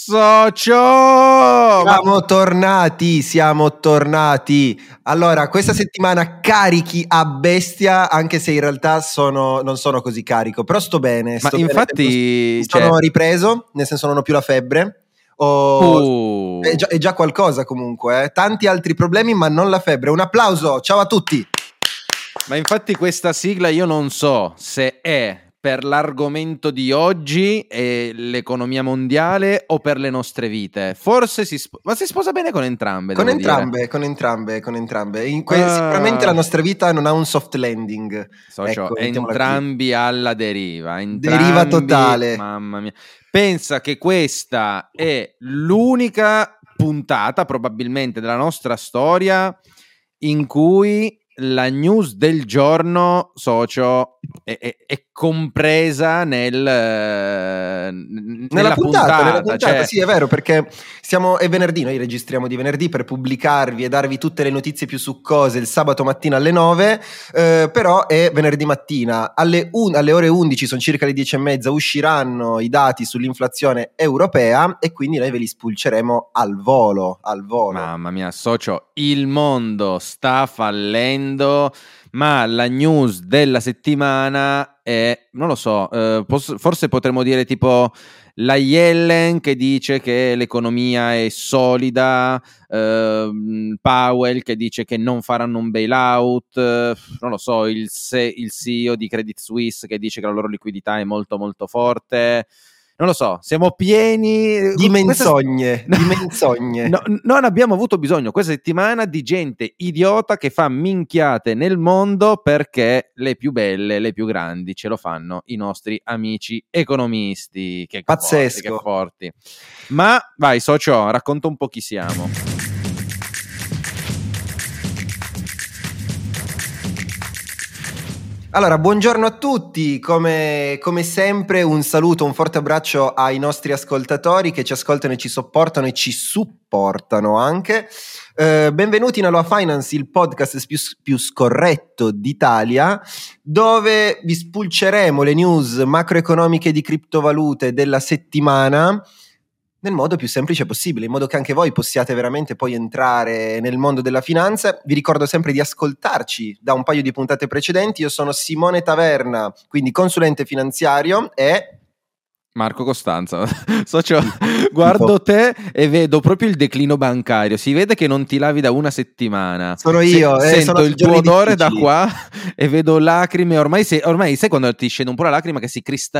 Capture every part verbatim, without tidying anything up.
socio! Siamo tornati, siamo tornati. Allora, questa settimana carichi a bestia, anche se in realtà sono, non sono così carico, però sto bene. Sto Ma infatti, bene, mi cioè... sono ripreso, nel senso non ho più la febbre. Ho... Uh. È, già, è già qualcosa comunque, eh. Tanti altri problemi, ma non la febbre. Un applauso, ciao a tutti. Ma infatti questa sigla io non so se è per l'argomento di oggi e l'economia mondiale o per le nostre vite. Forse si sp- ma si sposa bene con entrambe. Con devo entrambe, dire. con entrambe, con entrambe. In que- Ah. Sicuramente la nostra vita non ha un soft landing. Socio, ecco, entrambi così. Alla deriva. Entrambi, deriva totale. Mamma mia. Pensa che questa è l'unica puntata probabilmente della nostra storia in cui la news del giorno, socio, è, è, è compresa nel, nella, nella puntata, puntata, nella puntata cioè... sì, è vero, perché siamo, è venerdì, noi registriamo di venerdì per pubblicarvi e darvi tutte le notizie più succose il sabato mattina alle nove, eh, però è venerdì mattina alle, un, alle ore undici, sono circa le dieci e mezza, usciranno i dati sull'inflazione europea e quindi noi ve li spulceremo al volo, al volo. Mamma mia, socio, il mondo sta fallendo, ma la news della settimana è, non lo so, eh, posso, forse potremmo dire tipo la Yellen che dice che l'economia è solida, eh, Powell che dice che non faranno un bailout, eh, non lo so, il, se, il C E O di Credit Suisse che dice che la loro liquidità è molto molto forte. Non lo so, siamo pieni di menzogne, questa... di menzogne. No, non abbiamo avuto bisogno questa settimana di gente idiota che fa minchiate nel mondo, perché le più belle, le più grandi ce lo fanno i nostri amici economisti. Che pazzesco, forti, che forti. Ma vai, socio, racconta un po' chi siamo. Allora, buongiorno a tutti, come, come sempre un saluto, un forte abbraccio ai nostri ascoltatori che ci ascoltano e ci sopportano e ci supportano anche. Eh, benvenuti in Aloha Finance, il podcast più, più scorretto d'Italia, dove vi spulceremo le news macroeconomiche di criptovalute della settimana nel modo più semplice possibile, in modo che anche voi possiate veramente poi entrare nel mondo della finanza. Vi ricordo sempre di ascoltarci da un paio di puntate precedenti. Io sono Simone Taverna, quindi consulente finanziario, e Marco Costanza. Socio, guardo te e vedo proprio il declino bancario. Si vede che non ti lavi da una settimana. Sono io, Se, eh, sento sono il tuo odore difficili. da qua e vedo lacrime. Ormai, sei, ormai sai quando ti scende un po' la lacrima che si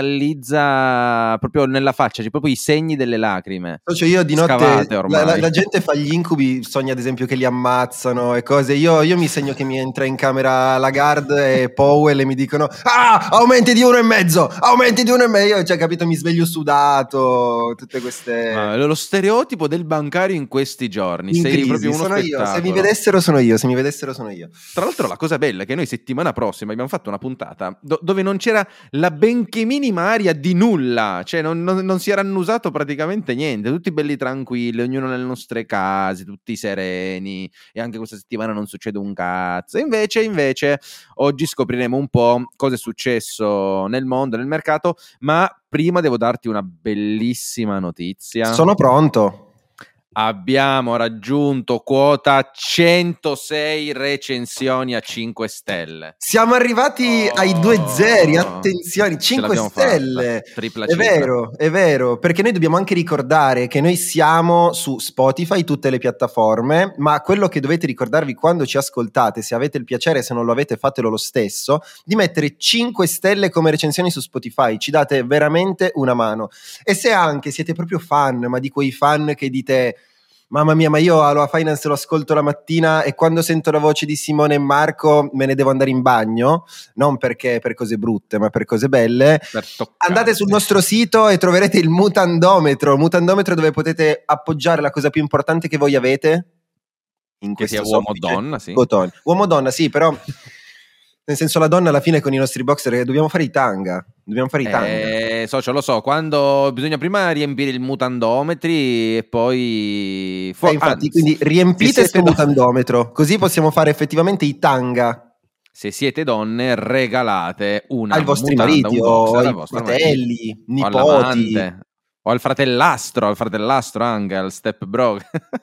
cristallizza proprio nella faccia, c'è proprio i segni delle lacrime. Cioè io di notte la, la, la gente fa gli incubi, sogna ad esempio che li ammazzano e cose. Io, io mi segno che mi entra in camera Lagarde e Powell e mi dicono: ah, aumenti di uno e mezzo, aumenti di uno e mezzo. Io, cioè, capito, mi sveglio sudato, tutte queste. Ma lo stereotipo del bancario in questi giorni. In Sei crisi, proprio uno sono spettacolo. io. Se mi vedessero sono io, se mi vedessero sono io. Tra l'altro la cosa bella è che noi settimana prossima abbiamo fatto una puntata do- dove non c'era la benché minima aria di nulla, cioè non, non, non si era annusato praticamente niente, tutti belli tranquilli, ognuno nelle nostre case, tutti sereni, e anche questa settimana non succede un cazzo. Invece, invece oggi scopriremo un po' cosa è successo nel mondo, nel mercato, ma prima devo darti una bellissima notizia. Sono pronto. Abbiamo raggiunto quota centosei recensioni a cinque stelle. Siamo arrivati oh, ai due zeri, attenzione, cinque stelle. Tripla è cifra. vero, è vero, perché noi dobbiamo anche ricordare che noi siamo su Spotify, tutte le piattaforme, ma quello che dovete ricordarvi quando ci ascoltate, se avete il piacere, se non lo avete fatelo lo stesso, di mettere cinque stelle come recensioni su Spotify, ci date veramente una mano. E se anche siete proprio fan, ma di quei fan che dite: mamma mia, ma io Aloha Finance lo ascolto la mattina e quando sento la voce di Simone e Marco me ne devo andare in bagno, non perché per cose brutte ma per cose belle, per andate sul nostro sito e troverete il mutandometro, mutandometro dove potete appoggiare la cosa più importante che voi avete, in che sia uomo donna, sì. Uomo donna, sì, però nel senso la donna alla fine con i nostri boxer dobbiamo fare i tanga, dobbiamo fare i tanga. Eh, socio, lo so, quando bisogna prima riempire il mutandometri e poi... For- eh, infatti, Anzi, quindi riempite questo do- mutandometro, così possiamo fare effettivamente i tanga. Se siete donne, regalate una ai vostri mutanda, mariti un boxer, o ai al vostro fratelli, marito, nipoti. O al fratellastro, al fratellastro anche, al step bro.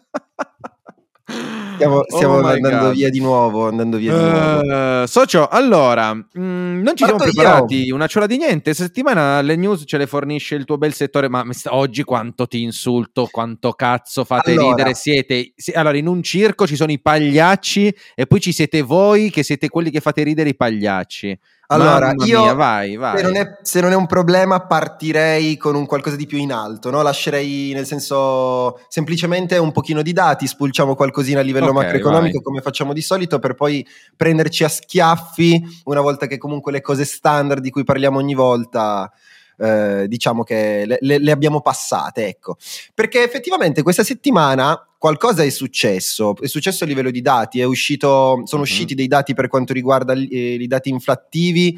Stiamo, stiamo Oh my andando God. via di nuovo, andando via di Uh, nuovo. Socio, allora, mh, non ci Parto siamo preparati io. una ciola di niente. Questa settimana le news ce le fornisce il tuo bel settore, ma mi sta- oggi quanto ti insulto, quanto cazzo fate Allora. ridere. Siete, si- allora, in un circo ci sono i pagliacci e poi ci siete voi che siete quelli che fate ridere i pagliacci. Allora, Mamma io mia, vai, se vai. non, è, se non è un problema partirei con un qualcosa di più in alto, no? Lascerei, nel senso, semplicemente un pochino di dati, spulciamo qualcosina a livello Ok, macroeconomico vai. come facciamo di solito, per poi prenderci a schiaffi una volta che comunque le cose standard di cui parliamo ogni volta, eh, diciamo che le, le- le abbiamo passate, ecco. Perché effettivamente questa settimana qualcosa è successo, è successo a livello di dati, è uscito, sono Mhm. usciti dei dati per quanto riguarda eh, i dati inflattivi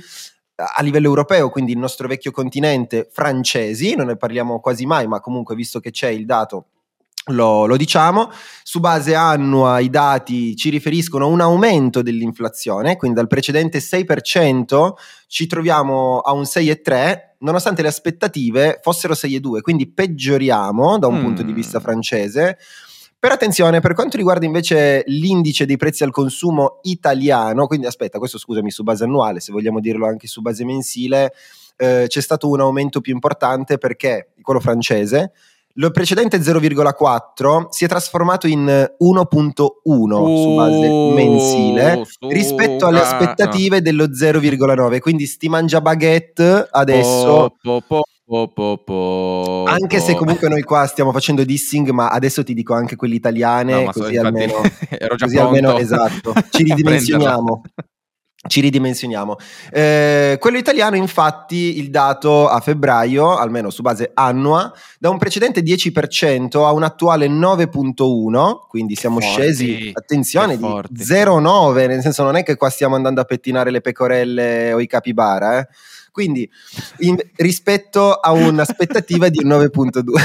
a livello europeo, quindi il nostro vecchio continente, francesi, non ne parliamo quasi mai, ma comunque visto che c'è il dato lo, lo diciamo. Su base annua i dati ci riferiscono a un aumento dell'inflazione, quindi dal precedente sei per cento ci troviamo a un sei virgola tre per cento, nonostante le aspettative fossero sei virgola due per cento, quindi peggioriamo da un Mm. punto di vista francese. Per attenzione, per quanto riguarda invece l'indice dei prezzi al consumo italiano, quindi aspetta, questo scusami su base annuale, se vogliamo dirlo anche su base mensile, eh, c'è stato un aumento più importante perché quello francese, il precedente zero virgola quattro si è trasformato in uno virgola uno su base mensile Su, rispetto alle suca- aspettative dello zero virgola nove, quindi sti mangia baguette adesso. Po, po, po, po, po, Anche se po. comunque noi qua stiamo facendo dissing, ma adesso ti dico anche quelle italiane, No, ma so- così infatti almeno, ero già così almeno pronto esatto, ci a prenderla. ridimensioniamo. Ci ridimensioniamo. Eh, quello italiano, infatti, il dato a febbraio, almeno su base annua, da un precedente dieci per cento a un attuale nove virgola uno, quindi siamo Forti, scesi, attenzione, che di forti. zero virgola nove, nel senso non è che qua stiamo andando a pettinare le pecorelle o i capibara, eh. Quindi in, rispetto a un'aspettativa di nove virgola due.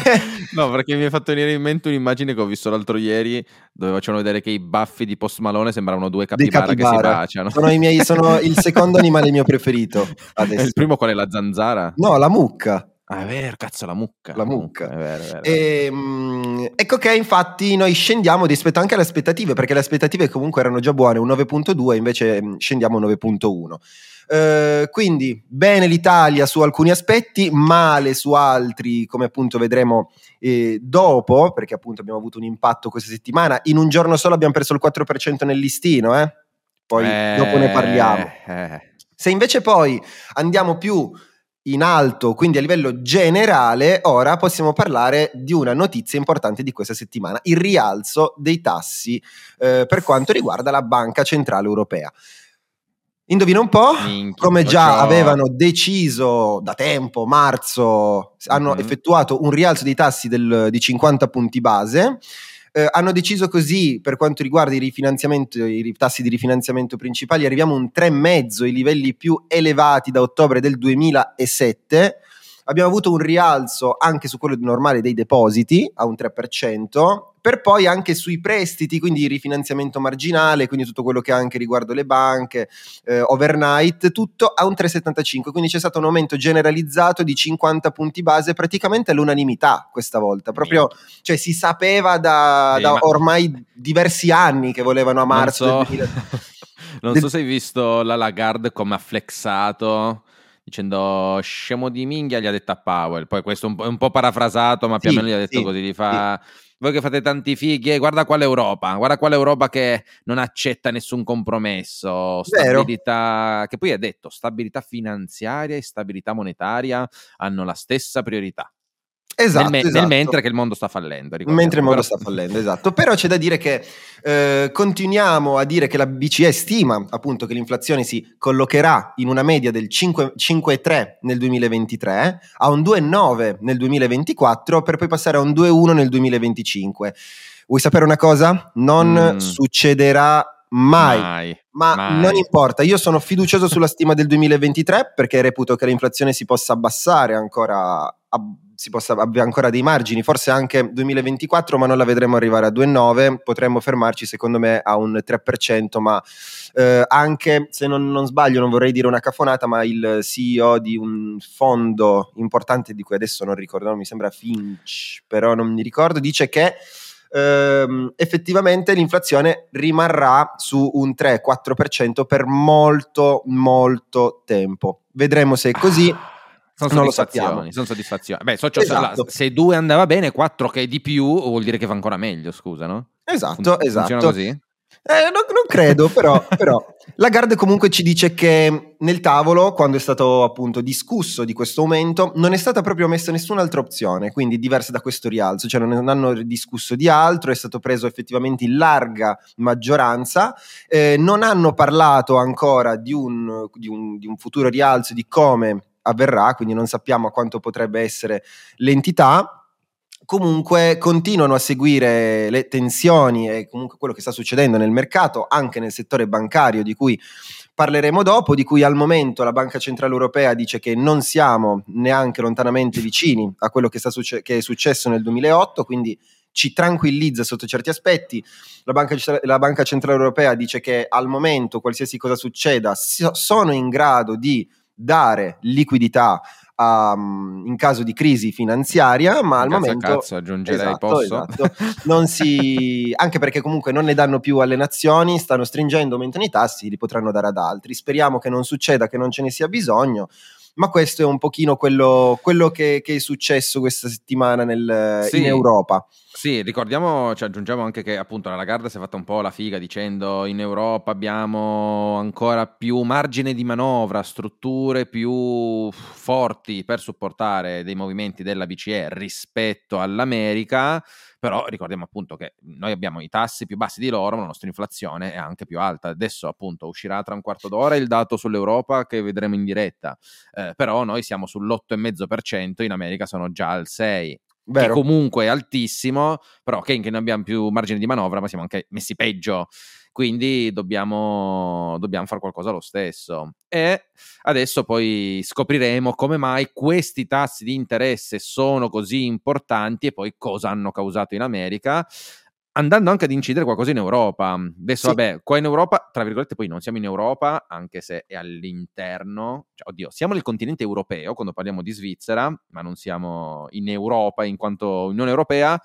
No, perché mi è fatto venire in mente un'immagine che ho visto l'altro ieri dove facevano vedere che i baffi di Post Malone sembravano due Dei capibara che si capibara. baciano. Sono i miei, sono il secondo animale mio preferito adesso. E il primo qual è? La zanzara? No, la mucca. Ah, è vero, cazzo, la mucca. La mucca. È vero, è vero, è vero. E, mh, ecco che infatti noi scendiamo rispetto anche alle aspettative, perché le aspettative comunque erano già buone, un nove virgola due, invece mh, scendiamo a nove virgola uno. Uh, quindi bene l'Italia su alcuni aspetti, male su altri, come appunto vedremo eh, dopo, perché appunto abbiamo avuto un impatto questa settimana. In un giorno solo abbiamo perso il quattro per cento nel listino, eh? Poi eh, dopo ne parliamo. Eh. Se invece poi andiamo più in alto, quindi a livello generale, ora possiamo parlare di una notizia importante di questa settimana, il rialzo dei tassi eh, per quanto riguarda la Banca Centrale Europea. Indovina un po', Minchia, come già ciò... avevano deciso da tempo, marzo, hanno mm-hmm. effettuato un rialzo dei tassi del, di cinquanta punti base. Eh, hanno deciso così per quanto riguarda i rifinanziamenti, i tassi di rifinanziamento principali, arriviamo a un tre virgola cinque, i livelli più elevati da ottobre del duemilasette. Abbiamo avuto un rialzo anche su quello normale dei depositi a un tre per cento, per poi anche sui prestiti, quindi il rifinanziamento marginale, quindi tutto quello che ha anche riguardo le banche, eh, overnight, tutto a un tre virgola settantacinque, quindi c'è stato un aumento generalizzato di cinquanta punti base praticamente all'unanimità questa volta, proprio, cioè si sapeva da, Ehi, da ma... ormai diversi anni che volevano a marzo non so, del duemila... non del... so se hai visto la Lagarde come ha flexato dicendo scemo di minchia, gli ha detto a Powell, poi questo è un po', un po' parafrasato, ma più sì, o meno gli ha detto sì, così, gli fa sì. Voi che fate tanti fighi, eh, guarda quale Europa, guarda quale Europa che non accetta nessun compromesso, stabilità, vero. Che poi ha detto stabilità finanziaria e stabilità monetaria hanno la stessa priorità. Esatto, nel, me- esatto. nel mentre che il mondo sta fallendo, mentre il mondo però... sta fallendo, esatto. Però c'è da dire che eh, continuiamo a dire che la B C E stima appunto che l'inflazione si collocherà in una media del cinque virgola tre nel duemilaventitré, a un due virgola nove nel duemilaventiquattro, per poi passare a un due virgola uno nel duemilaventicinque. Vuoi sapere una cosa? Non mm. succederà mai, mai ma mai. Non importa, io sono fiducioso sulla stima del duemilaventitré perché reputo che l'inflazione si possa abbassare ancora a si possa abbia ancora dei margini, forse anche duemilaventiquattro, ma non la vedremo arrivare a due virgola nove, potremmo fermarci secondo me a un tre per cento, ma eh, anche se non, non sbaglio, non vorrei dire una cafonata, ma il C E O di un fondo importante di cui adesso non ricordo, non mi sembra Finch, però non mi ricordo, dice che ehm, effettivamente l'inflazione rimarrà su un tre quattro per cento per molto molto tempo. Vedremo se è così. Sono non soddisfazioni, sono soddisfazioni. Beh, so, esatto. la, se due andava bene, quattro che è di più, vuol dire che va ancora meglio, scusa, no? Esatto, Fun- esatto. Funziona così? Eh, non, non credo, però, però Lagarde comunque ci dice che nel tavolo, quando è stato appunto discusso di questo aumento, non è stata proprio messa nessun'altra opzione, quindi diversa da questo rialzo, cioè non hanno discusso di altro, è stato preso effettivamente in larga maggioranza, eh, non hanno parlato ancora di un, di un, di un futuro rialzo, di come avverrà, quindi non sappiamo a quanto potrebbe essere l'entità. Comunque continuano a seguire le tensioni e comunque quello che sta succedendo nel mercato, anche nel settore bancario, di cui parleremo dopo, di cui al momento la Banca Centrale Europea dice che non siamo neanche lontanamente vicini a quello che, sta succe- che è successo nel duemilaotto, quindi ci tranquillizza sotto certi aspetti. La Banca, la Banca Centrale Europea dice che al momento, qualsiasi cosa succeda, sono in grado di dare liquidità Um, in caso di crisi finanziaria, ma al Cazzo momento cazzo, aggiungerei esatto, posso. esatto, non si anche perché comunque non ne danno più alle nazioni, stanno stringendo, aumentano i tassi, li potranno dare ad altri. Speriamo che non succeda, che non ce ne sia bisogno, ma questo è un pochino quello, quello che, che è successo questa settimana nel, sì. in Europa. Sì, ricordiamo, ci aggiungiamo anche che appunto la Lagarde si è fatta un po' la figa dicendo in Europa abbiamo ancora più margine di manovra, strutture più forti per supportare dei movimenti della B C E rispetto all'America, però ricordiamo appunto che noi abbiamo i tassi più bassi di loro, ma la nostra inflazione è anche più alta. Adesso appunto uscirà tra un quarto d'ora il dato sull'Europa che vedremo in diretta, eh, però noi siamo sull'otto virgola cinque per cento, in America sono già al sei per cento. Vero. Che comunque è altissimo, però che non abbiamo più margine di manovra, ma siamo anche messi peggio, quindi dobbiamo, dobbiamo fare qualcosa lo stesso. E adesso poi scopriremo come mai questi tassi di interesse sono così importanti e poi cosa hanno causato in America, andando anche ad incidere qualcosa in Europa. Adesso, sì. Vabbè, qua in Europa, tra virgolette, poi non siamo in Europa, anche se è all'interno, cioè, oddio, siamo nel continente europeo quando parliamo di Svizzera, ma non siamo in Europa in quanto Unione Europea.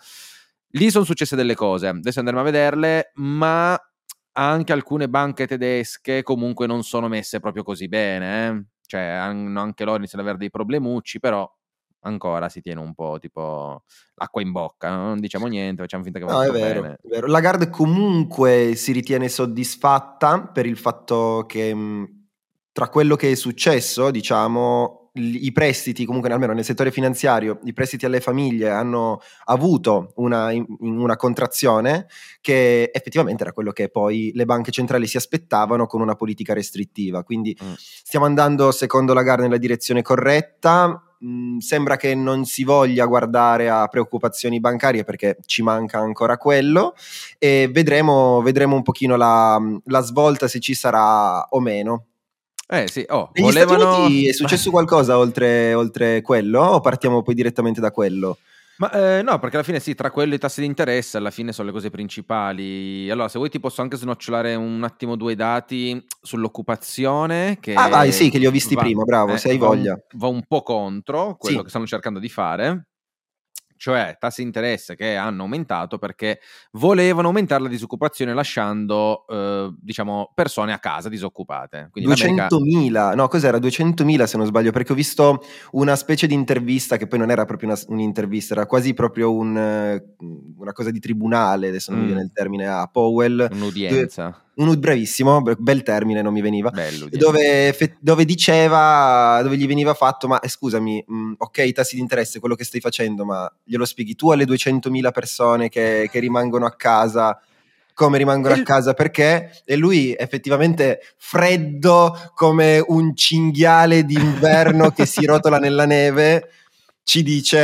Lì sono successe delle cose, adesso andremo a vederle, ma anche alcune banche tedesche comunque non sono messe proprio così bene, eh? Cioè hanno anche loro iniziano ad avere dei problemucci, però ancora si tiene un po' tipo l'acqua in bocca, no? Non diciamo niente, facciamo finta che va no, tutto è vero, bene. È vero. Lagarde comunque si ritiene soddisfatta per il fatto che mh, tra quello che è successo, diciamo, l- i prestiti, comunque almeno nel settore finanziario, i prestiti alle famiglie hanno avuto una, in, una contrazione che effettivamente era quello che poi le banche centrali si aspettavano con una politica restrittiva. Quindi mm. stiamo andando, secondo Lagarde, nella direzione corretta. Mm, sembra che non si voglia guardare a preoccupazioni bancarie perché ci manca ancora quello e vedremo, vedremo un pochino la, la svolta, se ci sarà o meno. Eh sì, oh, Negli volevano... Stati Uniti è successo qualcosa oltre, oltre quello o partiamo poi direttamente da quello? Ma eh, no, perché alla fine sì, tra quello e i tassi di interesse alla fine sono le cose principali. Allora, se vuoi ti posso anche snocciolare un attimo due dati sull'occupazione che Ah vai, sì, che li ho visti va, prima, bravo, eh, se hai va voglia. Un, va un po' contro quello sì. che stanno cercando di fare, cioè tassi di interesse che hanno aumentato perché volevano aumentare la disoccupazione lasciando eh, diciamo persone a casa disoccupate. Quindi duecentomila, no cos'era? duecentomila se non sbaglio, perché ho visto una specie di intervista che poi non era proprio una, un'intervista, era quasi proprio un, una cosa di tribunale, adesso non mm. mi viene il termine, a Powell. Un'udienza. Dove, un bravissimo, bel termine, non mi veniva, dove, dove diceva, dove gli veniva fatto, ma eh, scusami, mh, ok, i tassi di interesse, quello che stai facendo, ma glielo spieghi tu alle duecentomila persone che, che rimangono a casa, come rimangono e a casa, perché? E lui effettivamente freddo come un cinghiale d'inverno che si rotola nella neve, ci dice...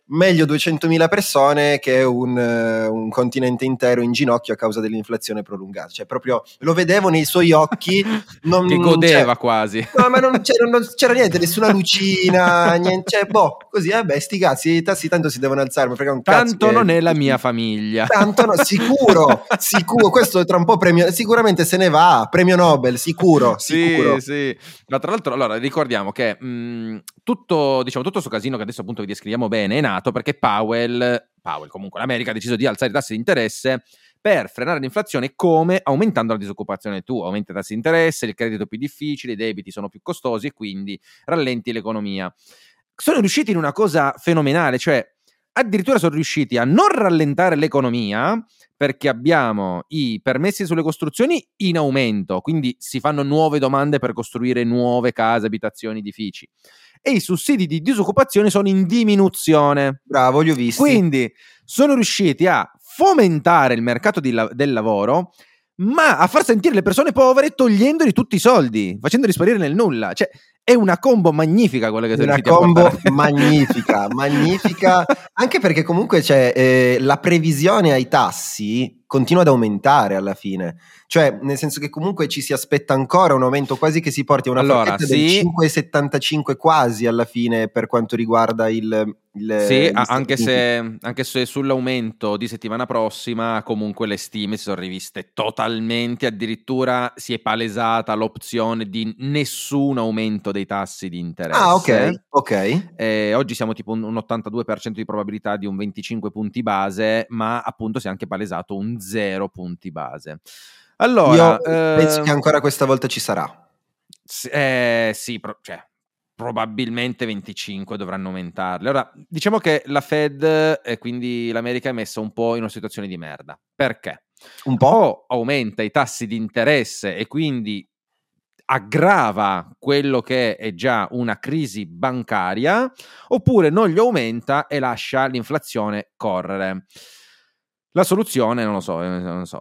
meglio duecentomila persone che un, uh, un continente intero in ginocchio a causa dell'inflazione prolungata. Cioè, proprio lo vedevo nei suoi occhi. Non, che godeva cioè, quasi. No, ma non c'era, non c'era niente, nessuna lucina, niente, cioè, boh, così, vabbè, sti cazzi, i tassi tanto si devono alzare, ma frega un cazzo. Tanto non è la mia famiglia. Tanto no, sicuro, sicuro, questo tra un po' premio, sicuramente se ne va, premio Nobel, sicuro, sicuro. Sì, sì. Ma tra l'altro, allora, ricordiamo che mh, tutto, diciamo, tutto questo casino che adesso appunto vi descriviamo bene è nato perché Powell, Powell comunque l'America ha deciso di alzare i tassi di interesse per frenare l'inflazione. Come? Aumentando la disoccupazione. Tu aumenti i tassi di interesse, il credito è più difficile, i debiti sono più costosi e quindi rallenti l'economia. Sono riusciti in una cosa fenomenale, cioè addirittura sono riusciti a non rallentare l'economia perché abbiamo i permessi sulle costruzioni in aumento, quindi si fanno nuove domande per costruire nuove case, abitazioni, edifici, e i sussidi di disoccupazione sono in diminuzione. Bravo, li ho visti. Quindi sono riusciti a fomentare il mercato di la- del lavoro, ma a far sentire le persone povere togliendogli tutti i soldi, facendoli sparire nel nulla. Cioè, è una combo magnifica quella che sono una riusciti a combo portare. magnifica, magnifica, anche perché comunque c'è eh, la previsione ai tassi continua ad aumentare alla fine, cioè nel senso che comunque ci si aspetta ancora un aumento quasi che si porti a una Allora, forchetta sì, del cinque virgola settantacinque quasi alla fine per quanto riguarda il, il sì, gli a- Stati anche Uniti. se, anche se sull'aumento di settimana prossima comunque le stime si sono riviste totalmente, addirittura si è palesata l'opzione di nessun aumento dei tassi di interesse. Ah, ok, ok. Eh, oggi siamo tipo un, un ottantadue per cento di probabilità di un venticinque punti base, ma appunto si è anche palesato un zero punti base. Allora, Io penso eh, che ancora questa volta ci sarà. s- eh, sì, pro- cioè, probabilmente venticinque dovranno aumentarle. Ora, diciamo che la Fed e quindi l'America è messa un po' in una situazione di merda. Perché? Un po'? O aumenta i tassi di interesse e quindi aggrava quello che è già una crisi bancaria, oppure non li aumenta e lascia l'inflazione correre. La soluzione, non lo so, eh, non lo so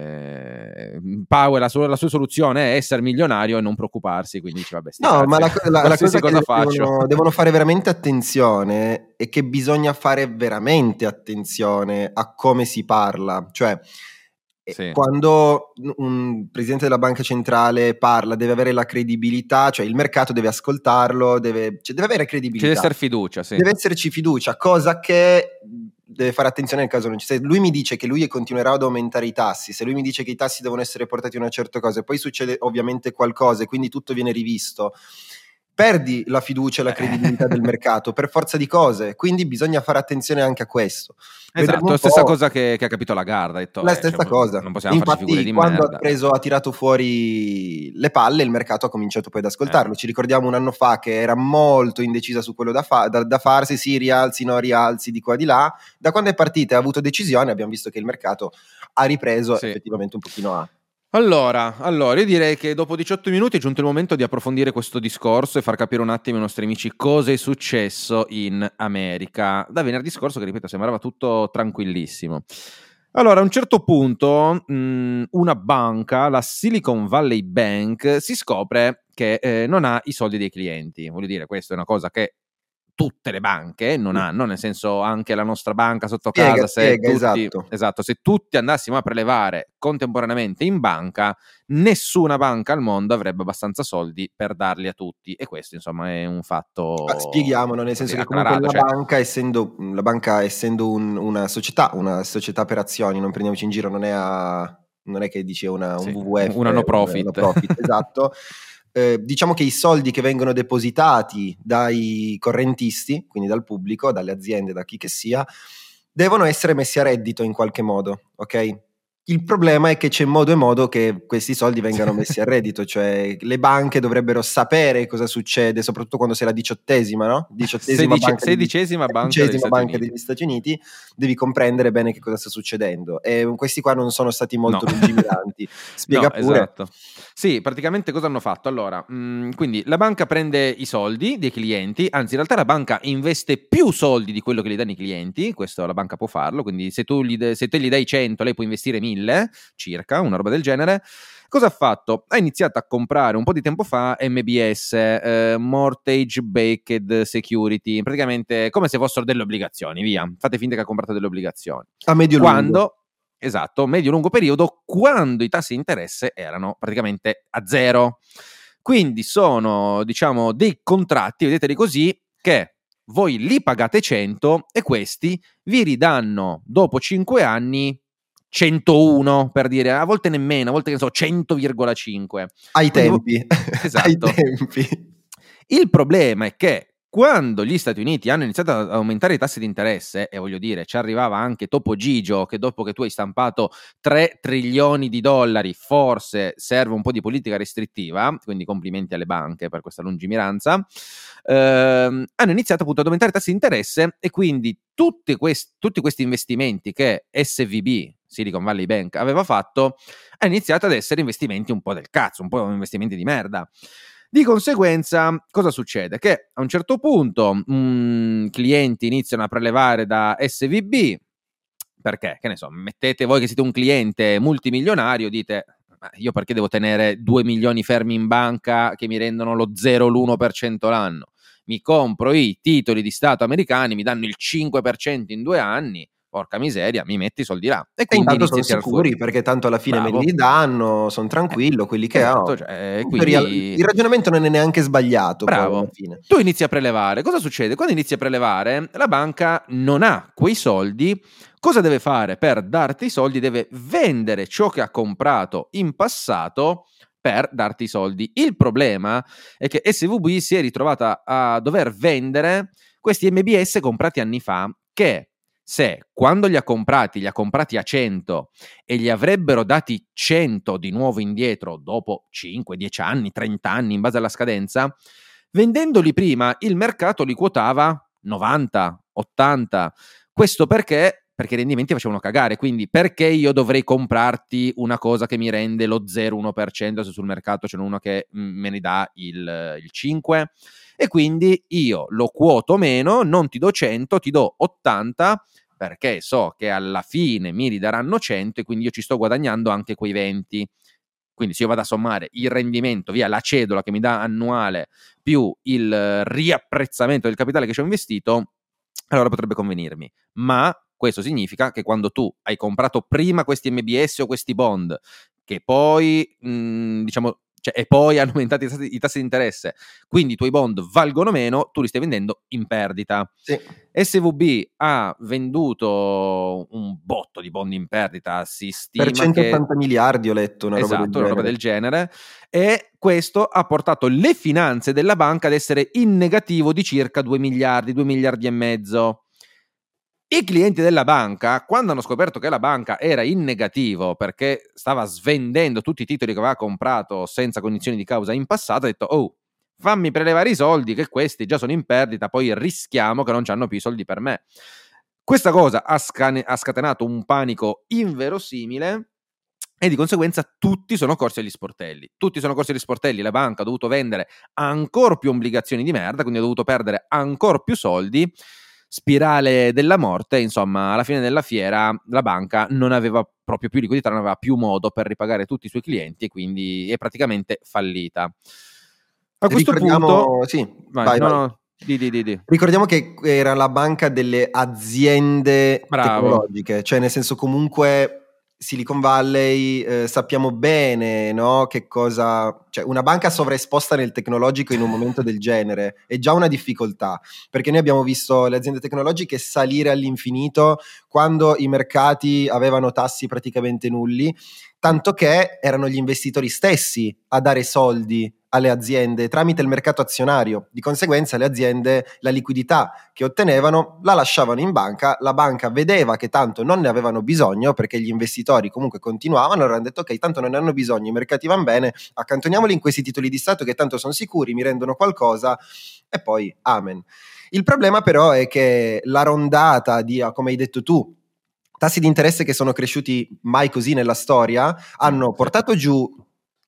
eh, Powell, la sua, la sua soluzione è essere milionario e non preoccuparsi, quindi dice vabbè, sti No, cazzi, ma la, la- la cosa qualsiasi che cosa devono, faccio. devono fare veramente attenzione è che bisogna fare veramente attenzione a come si parla. Cioè, eh, Sì. quando un presidente della banca centrale parla, deve avere la credibilità, cioè il mercato deve ascoltarlo, deve, cioè deve avere Ci credibilità. deve essere fiducia, sì. Deve esserci fiducia, cosa che deve fare attenzione nel caso non ci sia. Lui mi dice che lui continuerà ad aumentare i tassi, se lui mi dice che i tassi devono essere portati a una certa cosa e poi succede ovviamente qualcosa e quindi tutto viene rivisto, perdi la fiducia e la credibilità del mercato per forza di cose, quindi bisogna fare attenzione anche a questo. Vedremo Esatto, un la stessa po'. cosa che, che ha capito Lagarde, ha detto, La eh, stessa cioè, cosa. non possiamo farci figure Infatti, di quando merda. ha preso, ha tirato fuori le palle, il mercato ha cominciato poi ad ascoltarlo. Eh. Ci ricordiamo un anno fa che era molto indecisa su quello da, fa- da, da farsi, sì, rialzi, no, rialzi, di qua di là. Da quando è partita e ha avuto decisione, abbiamo visto che il mercato ha ripreso Sì. effettivamente un pochino a. Allora, allora, io direi che dopo diciotto minuti è giunto il momento di approfondire questo discorso e far capire un attimo ai nostri amici cosa è successo in America. Da venerdì scorso, che ripeto, sembrava tutto tranquillissimo. Allora, a un certo punto, mh, una banca, la Silicon Valley Bank, si scopre che eh, non ha i soldi dei clienti. Voglio dire, questa è una cosa che tutte le banche non hanno, nel senso anche la nostra banca sotto Spiega, casa, se spiega, tutti, esatto. esatto, se tutti andassimo a prelevare contemporaneamente in banca, nessuna banca al mondo avrebbe abbastanza soldi per darli a tutti, e questo insomma è un fatto. Ah, spieghiamolo, nel senso che comunque acclarato, la cioè, banca, essendo, la banca essendo un- una società, una società per azioni, non prendiamoci in giro, non è, a, non è che dice una, un sì, W W F, una no profit. una profit, esatto. Eh, diciamo che i soldi che vengono depositati dai correntisti, quindi dal pubblico, dalle aziende, da chi che sia, devono essere messi a reddito in qualche modo, ok? Il problema è che c'è modo e modo che questi soldi vengano messi a reddito, cioè le banche dovrebbero sapere cosa succede, soprattutto quando sei la diciottesima, no? Diciottesima Sedici, banca, sedicesima degli, banca degli Stati banca Uniti. degli Stati Uniti, devi comprendere bene che cosa sta succedendo. E questi qua non sono stati molto No. lungimiranti. Spiega No, pure. esatto. Sì, praticamente cosa hanno fatto? Allora, mh, quindi la banca prende i soldi dei clienti, anzi in realtà la banca investe più soldi di quello che gli danno i clienti, questo la banca può farlo, quindi se tu gli de- se te gli dai cento, lei può investire mille, circa, una roba del genere. Cosa ha fatto? Ha iniziato a comprare un po' di tempo fa M B S, eh, Mortgage Backed Security, praticamente come se fossero delle obbligazioni, via, fate finta che ha comprato delle obbligazioni. A medio-lungo. Quando, esatto, medio-lungo periodo, quando i tassi di interesse erano praticamente a zero. Quindi sono, diciamo, dei contratti, vedeteli così, che voi li pagate cento e questi vi ridanno dopo cinque anni centouno, per dire, a volte nemmeno, a volte che ne so, cento virgola cinque. Ai Quindi, tempi. esatto. Ai tempi. Il problema è che quando gli Stati Uniti hanno iniziato ad aumentare i tassi di interesse, e voglio dire, ci arrivava anche Topo Gigio, che dopo che tu hai stampato tre trilioni di dollari, forse serve un po' di politica restrittiva, quindi complimenti alle banche per questa lungimiranza, ehm, hanno iniziato appunto ad aumentare i tassi di interesse e quindi tutti questi, tutti questi investimenti che S V B, Silicon Valley Bank, aveva fatto, hanno iniziato ad essere investimenti un po' del cazzo, un po' investimenti di merda. Di conseguenza, cosa succede? Che a un certo punto mh, clienti iniziano a prelevare da S V B, perché, che ne so, mettete voi che siete un cliente multimilionario, dite, ma io perché devo tenere due milioni fermi in banca che mi rendono lo zero virgola uno per cento l'anno? Mi compro i titoli di Stato americani, mi danno il cinque per cento in due anni, porca miseria, mi metti i soldi là. E, e intanto sono sicuri, fuori. perché tanto alla fine Bravo. me li danno, sono tranquillo, quelli che esatto, ho. Cioè, quindi... Il ragionamento non è neanche sbagliato. Bravo. Poi alla fine. Tu inizi a prelevare. Cosa succede? Quando inizi a prelevare, la banca non ha quei soldi. Cosa deve fare per darti i soldi? Deve vendere ciò che ha comprato in passato per darti i soldi. Il problema è che S V B si è ritrovata a dover vendere questi M B S comprati anni fa, che se quando li ha comprati, li ha comprati a cento e gli avrebbero dati cento di nuovo indietro dopo cinque, dieci anni, trenta anni in base alla scadenza, vendendoli prima il mercato li quotava novanta, ottanta. Questo perché? Perché i rendimenti facevano cagare, quindi perché io dovrei comprarti una cosa che mi rende lo zero virgola uno per cento se sul mercato c'è uno che me ne dà il, il cinque? E quindi io lo quoto meno, non ti do cento, ti do ottanta, perché so che alla fine mi ridaranno cento e quindi io ci sto guadagnando anche quei venti. Quindi se io vado a sommare il rendimento via la cedola che mi dà annuale più il riapprezzamento del capitale che ci ho investito, allora potrebbe convenirmi. Ma questo significa che quando tu hai comprato prima questi M B S o questi bond, che poi, mh, diciamo, cioè, e poi hanno aumentato i tassi, i tassi di interesse, quindi i tuoi bond valgono meno, tu li stai vendendo in perdita. Sì. S V B ha venduto un botto di bond in perdita, si stima per centottanta che... miliardi ho letto, una roba esatto, del genere. una roba del genere, e questo ha portato le finanze della banca ad essere in negativo di circa due miliardi, due miliardi e mezzo. I clienti della banca, quando hanno scoperto che la banca era in negativo perché stava svendendo tutti i titoli che aveva comprato senza condizioni di causa in passato, ha detto, oh, fammi prelevare i soldi che questi già sono in perdita, poi rischiamo che non c'hanno più i soldi per me. Questa cosa ha, scane- ha scatenato un panico inverosimile e di conseguenza tutti sono corsi agli sportelli. Tutti sono corsi agli sportelli, la banca ha dovuto vendere ancora più obbligazioni di merda, quindi ha dovuto perdere ancora più soldi. Spirale della morte, insomma, alla fine della fiera la banca non aveva proprio più liquidità, non aveva più modo per ripagare tutti i suoi clienti e quindi è praticamente fallita. A questo punto... Sì, vai, vai, no, vai. no, di, di, di, di. Ricordiamo che era la banca delle aziende Bravo. tecnologiche, cioè nel senso comunque... Silicon Valley, eh, sappiamo bene, no, che cosa, cioè una banca sovraesposta nel tecnologico in un momento del genere è già una difficoltà, perché noi abbiamo visto le aziende tecnologiche salire all'infinito quando i mercati avevano tassi praticamente nulli, tanto che erano gli investitori stessi a dare soldi alle aziende tramite il mercato azionario. Di conseguenza le aziende la liquidità che ottenevano la lasciavano in banca, la banca vedeva che tanto non ne avevano bisogno perché gli investitori comunque continuavano, allora hanno detto ok, tanto non ne hanno bisogno, i mercati vanno bene, accantoniamoli in questi titoli di Stato che tanto sono sicuri, mi rendono qualcosa e poi amen. Il problema però è che la rondata di, come hai detto tu, tassi di interesse che sono cresciuti mai così nella storia hanno portato giù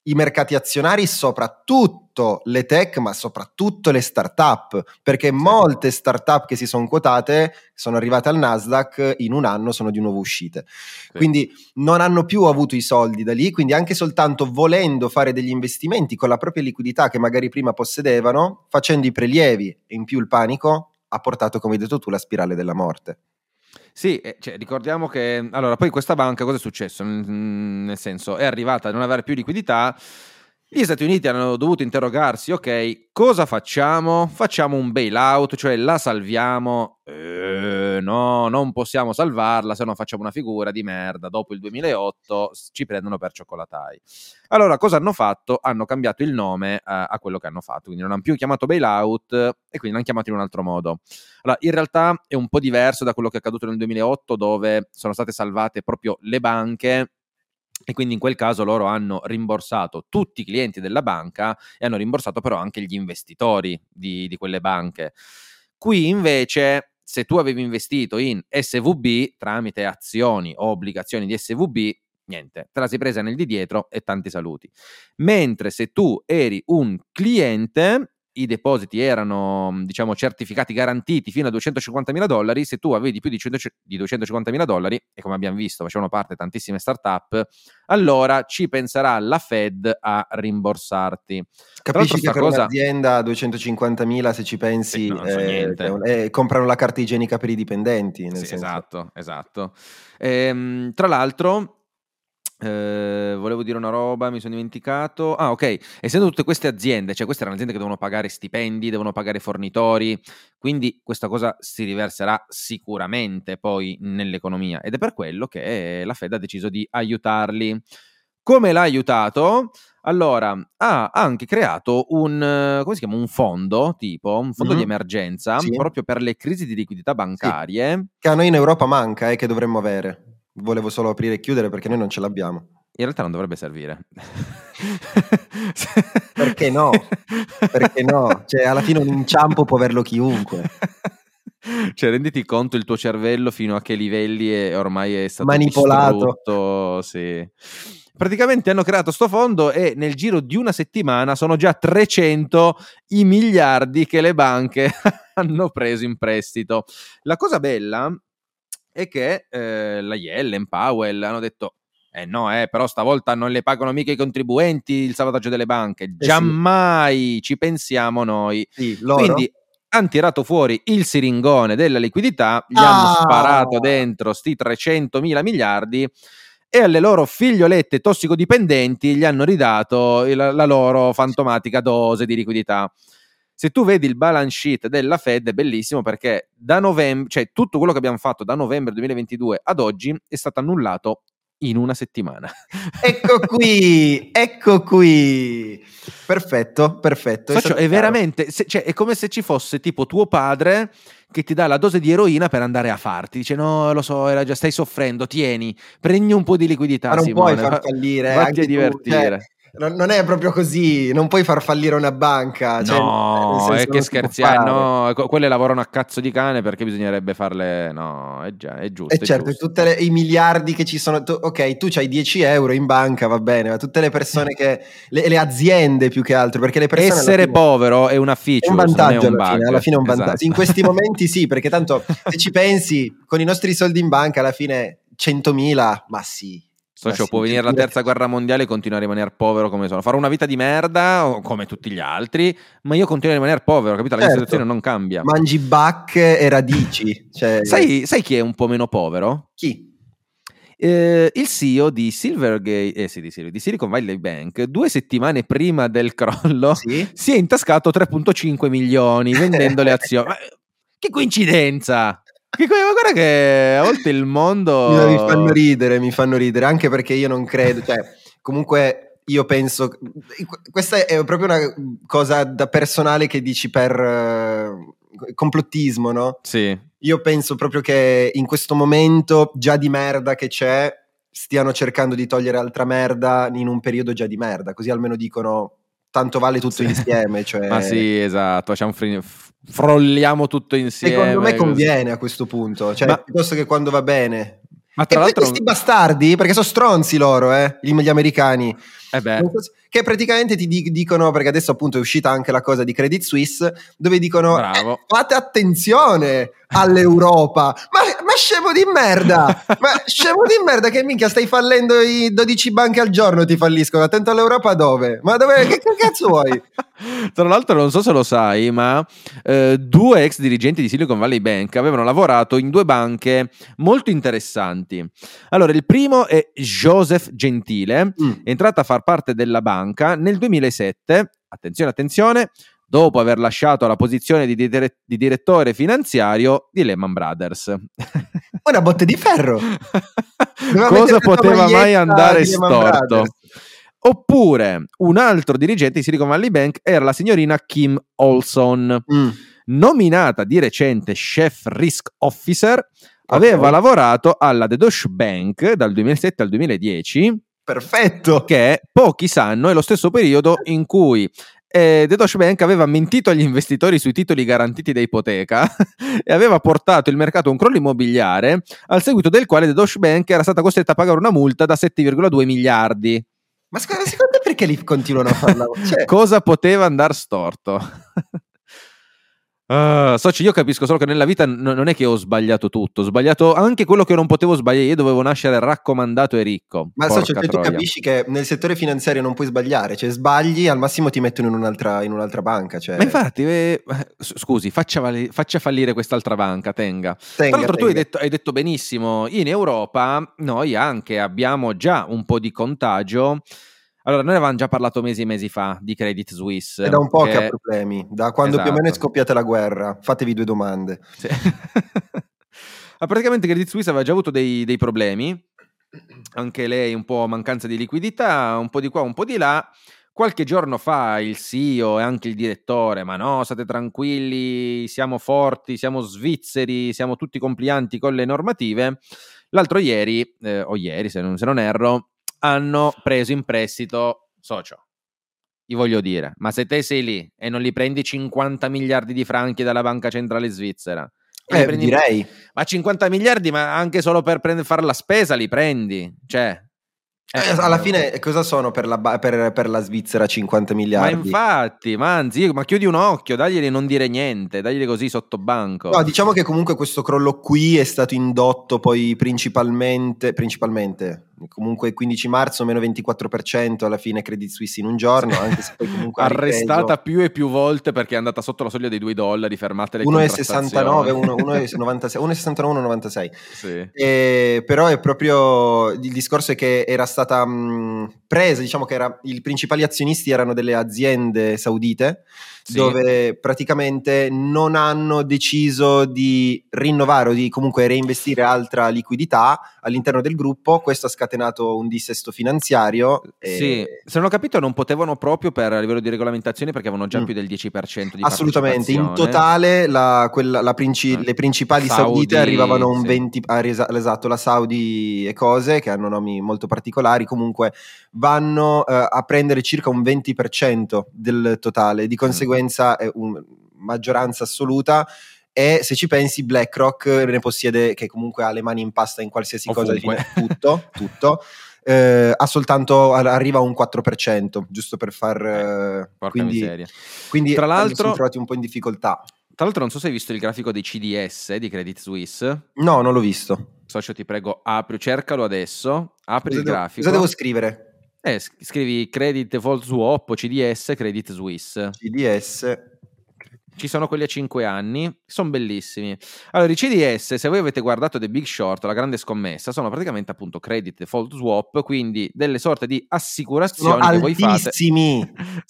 i mercati azionari, soprattutto le tech, ma soprattutto le start-up, perché sì. molte start-up che si sono quotate, sono arrivate al Nasdaq, in un anno sono di nuovo uscite. Sì. Quindi non hanno più avuto i soldi da lì, quindi anche soltanto volendo fare degli investimenti con la propria liquidità che magari prima possedevano, facendo i prelievi e in più il panico, ha portato, come hai detto tu, la spirale della morte. Sì, cioè, ricordiamo che allora poi questa banca cosa è successo? Nel senso, è arrivata a non avere più liquidità. Gli Stati Uniti hanno dovuto interrogarsi, ok, cosa facciamo? Facciamo un bailout, cioè la salviamo? Eh, no, non possiamo salvarla, se no facciamo una figura di merda. Dopo il duemilaotto ci prendono per cioccolatai. Allora, cosa hanno fatto? Hanno cambiato il nome a, a quello che hanno fatto, quindi non hanno più chiamato bailout e quindi l'hanno chiamato in un altro modo. Allora, in realtà è un po' diverso da quello che è accaduto nel duemilaotto, dove sono state salvate proprio le banche. E quindi in quel caso loro hanno rimborsato tutti i clienti della banca e hanno rimborsato però anche gli investitori di, di quelle banche. Qui invece, se tu avevi investito in S V B tramite azioni o obbligazioni di S V B, niente, te la sei presa nel di dietro e tanti saluti. Mentre se tu eri un cliente, i depositi erano, diciamo, certificati garantiti fino a duecentocinquantamila dollari. Se tu avevi più di, cento, di duecentocinquantamila dollari, e come abbiamo visto facevano parte tantissime startup, allora ci penserà la Fed a rimborsarti. Capisci che per cosa... un'azienda a duecentocinquantamila, se ci pensi, sì, no, eh, eh, comprano la carta igienica per i dipendenti. Nel sì, senso. Esatto, esatto. Ehm, tra l'altro... Eh, volevo dire una roba, mi sono dimenticato. Ah, ok, essendo tutte queste aziende, cioè queste erano aziende che devono pagare stipendi, devono pagare fornitori, quindi questa cosa si riverserà sicuramente poi nell'economia, ed è per quello che la Fed ha deciso di aiutarli. Come l'ha aiutato? Allora, ha anche creato un, come si chiama, un fondo, tipo un fondo mm-hmm. di emergenza, sì. proprio per le crisi di liquidità bancarie. Sì. Che a noi in Europa manca e eh, che dovremmo avere. Volevo solo aprire e chiudere perché noi non ce l'abbiamo. In realtà non dovrebbe servire. Perché no? Perché no? Cioè, alla fine un inciampo può averlo chiunque. Cioè, renditi conto il tuo cervello fino a che livelli è, ormai è stato manipolato. distrutto, sì. Praticamente hanno creato sto fondo e nel giro di una settimana sono già trecento i miliardi che le banche hanno preso in prestito. La cosa bella è che eh, la Yellen, Powell hanno detto eh no, eh, però stavolta non le pagano mica i contribuenti il salvataggio delle banche, eh giammai sì. ci pensiamo noi. Sì, loro? Quindi hanno tirato fuori il siringone della liquidità, gli ah. hanno sparato dentro sti trecentomila miliardi e alle loro figliolette tossicodipendenti gli hanno ridato la, la loro fantomatica dose di liquidità. Se tu vedi il balance sheet della Fed è bellissimo perché da novembre, cioè tutto quello che abbiamo fatto da novembre duemilaventidue ad oggi è stato annullato in una settimana. Ecco qui, ecco qui. Perfetto, perfetto. È, Socio, è veramente, se, cioè, è come se ci fosse tipo tuo padre che ti dà la dose di eroina per andare a farti. Dice no, lo so, era già, stai soffrendo, tieni, prendi un po' di liquidità, ma non Simone. puoi far fallire, vatti a divertire. Tu, cioè... Non è proprio così, non puoi far fallire una banca. Cioè, no, è che scherziamo, no, quelle lavorano a cazzo di cane perché bisognerebbe farle, no, è, già, è giusto. E è certo, giusto. tutti i miliardi che ci sono, tu, ok, tu c'hai dieci euro in banca, va bene, ma tutte le persone che, le, le aziende più che altro, perché le persone... Essere fine, povero è una feature, è un vantaggio non è un alla bug. fine, alla fine è un vantaggio. Esatto. In questi momenti sì, perché tanto se ci pensi, con i nostri soldi in banca alla fine centomila, ma sì. Socio, può venire la terza guerra mondiale e continuare a rimanere povero come sono. Farò una vita di merda come tutti gli altri, ma io continuo a rimanere povero, capito? La certo. mia situazione non cambia. Mangi bacche e radici. Cioè... sai, sai chi è un po' meno povero? Chi? Eh, il C E O di Silvergate, eh sì, di, di Silicon Valley Bank, due settimane prima del crollo, sì? si è intascato tre virgola cinque milioni vendendo le azioni. Ma che coincidenza! Che, ma guarda che a volte il mondo mi fanno ridere, mi fanno ridere anche perché io non credo, cioè comunque io penso, questa è proprio una cosa da personale che dici per uh, complottismo, no? Sì. Io penso proprio che in questo momento già di merda che c'è stiano cercando di togliere altra merda in un periodo già di merda, così almeno dicono tanto vale tutto sì. insieme, cioè... ma sì, esatto, facciamo fri- frolliamo tutto insieme. Secondo me conviene così. A questo punto, cioè ma... piuttosto che quando va bene Ma e tra poi l'altro questi bastardi, perché sono stronzi loro, eh, gli americani, eh beh. che praticamente ti dicono, perché adesso appunto è uscita anche la cosa di Credit Suisse, dove dicono Bravo. Eh, fate attenzione all'Europa, ma, ma scemo di merda, ma scemo di merda, che minchia stai fallendo, i dodici banche al giorno ti falliscono, attento all'Europa dove? Ma dove, che, che cazzo vuoi? Tra l'altro non so se lo sai, ma eh, due ex dirigenti di Silicon Valley Bank avevano lavorato in due banche molto interessanti. Allora, il primo è Joseph Gentile, Mm. è entrato a far parte della banca nel duemilasette, attenzione attenzione, dopo aver lasciato la posizione di, dire- di direttore finanziario di Lehman Brothers. Una botte di ferro. Doveva Cosa mettere la poteva mai maglietta andare di Lehman storto? Brothers. Oppure un altro dirigente di Silicon Valley Bank era la signorina Kim Olson, Mm. nominata di recente Chief Risk Officer. Aveva Okay. lavorato alla The Deutsche Bank dal duemilasette al duemiladieci, Perfetto. che pochi sanno è lo stesso periodo in cui eh, The Deutsche Bank aveva mentito agli investitori sui titoli garantiti da ipoteca e aveva portato il mercato a un crollo immobiliare, al seguito del quale The Deutsche Bank era stata costretta a pagare una multa da sette virgola due miliardi. Ma secondo te perché li continuano a farla? Cioè, Cosa poteva andare storto? Uh, socio, io capisco solo che nella vita n- non è che ho sbagliato tutto, ho sbagliato anche quello che non potevo sbagliare. Io dovevo nascere raccomandato e ricco. ma Porca socio, cioè, tu troia. capisci che nel settore finanziario non puoi sbagliare, cioè sbagli al massimo ti mettono in un'altra, in un'altra banca. Cioè... Ma infatti, eh, scusi, faccia, vali- faccia fallire quest'altra banca, tenga. Tenga, Tra l'altro tu hai tenga. detto, hai detto benissimo, in Europa noi anche abbiamo già un po' di contagio. Allora, noi avevamo già parlato mesi e mesi fa di Credit Suisse. È da un po' che, che ha problemi, da quando esatto. più o meno è scoppiata la guerra. Fatevi due domande. Sì. Ma praticamente Credit Suisse aveva già avuto dei, dei problemi, anche lei un po' mancanza di liquidità, un po' di qua, un po' di là. Qualche giorno fa il C E O e anche il direttore, ma no, state tranquilli, siamo forti, siamo svizzeri, siamo tutti complianti con le normative. L'altro ieri, eh, o ieri se non, se non erro, hanno preso in prestito, socio, io voglio dire, ma se te sei lì e non li prendi cinquanta miliardi di franchi dalla banca centrale svizzera, e li Eh, prendi, direi. ma cinquanta miliardi, ma anche solo per prendere, fare la spesa li prendi, cioè Eh, alla fine cosa sono per la, ba- per, per la Svizzera cinquanta ma miliardi? infatti, ma anzi, ma chiudi un occhio, daglieli non dire niente, daglieli così sotto banco. No, diciamo che comunque questo crollo qui è stato indotto poi principalmente, principalmente comunque quindici marzo meno ventiquattro per cento alla fine Credit Suisse in un giorno, anche se poi comunque ha arrestata ripreso. più e più volte perché è andata sotto la soglia dei due dollari, fermate le uno virgola contrattazioni. sessantanove, uno virgola novantasei, uno virgola sessantanove, uno virgola novantasei. Sì. E, però è proprio il discorso è che era stata mh, presa, diciamo che era, i principali azionisti erano delle aziende saudite, Sì. dove praticamente non hanno deciso di rinnovare o di comunque reinvestire altra liquidità all'interno del gruppo. Questo ha scatenato un dissesto finanziario. Sì, e... se non ho capito non potevano proprio per a livello di regolamentazione perché avevano già Mm. più del dieci per cento di Assolutamente, in partecipazione. totale la, quella, la princi- Eh. le principali Saudi, saudite arrivavano a un sì. venti, ah, esa- esatto, la Saudi e cose che hanno nomi molto particolari, comunque vanno eh, a prendere circa un venti per cento del totale, di conseguenza è una maggioranza assoluta. E se ci pensi, BlackRock ne possiede, che comunque ha le mani in pasta in qualsiasi Ovunque. cosa, fine, tutto, tutto. Eh, ha soltanto arriva a un quattro per cento, giusto per far eh, porca quindi, miseria. quindi Tra l'altro siamo trovati un po' in difficoltà. Tra l'altro non so se hai visto il grafico dei C D S di Credit Suisse. No, non l'ho visto. Socio, ti prego, apri, cercalo adesso, apri Cosa il devo, grafico. cosa devo scrivere? Eh, scrivi Credit Default Swap o C D S Credit Suisse. C D S. Ci sono quelli a cinque anni, sono bellissimi. Allora, i C D S, se voi avete guardato The Big Short, la grande scommessa, sono praticamente appunto Credit Default Swap, quindi delle sorte di assicurazioni sono che voi fate. altissimi.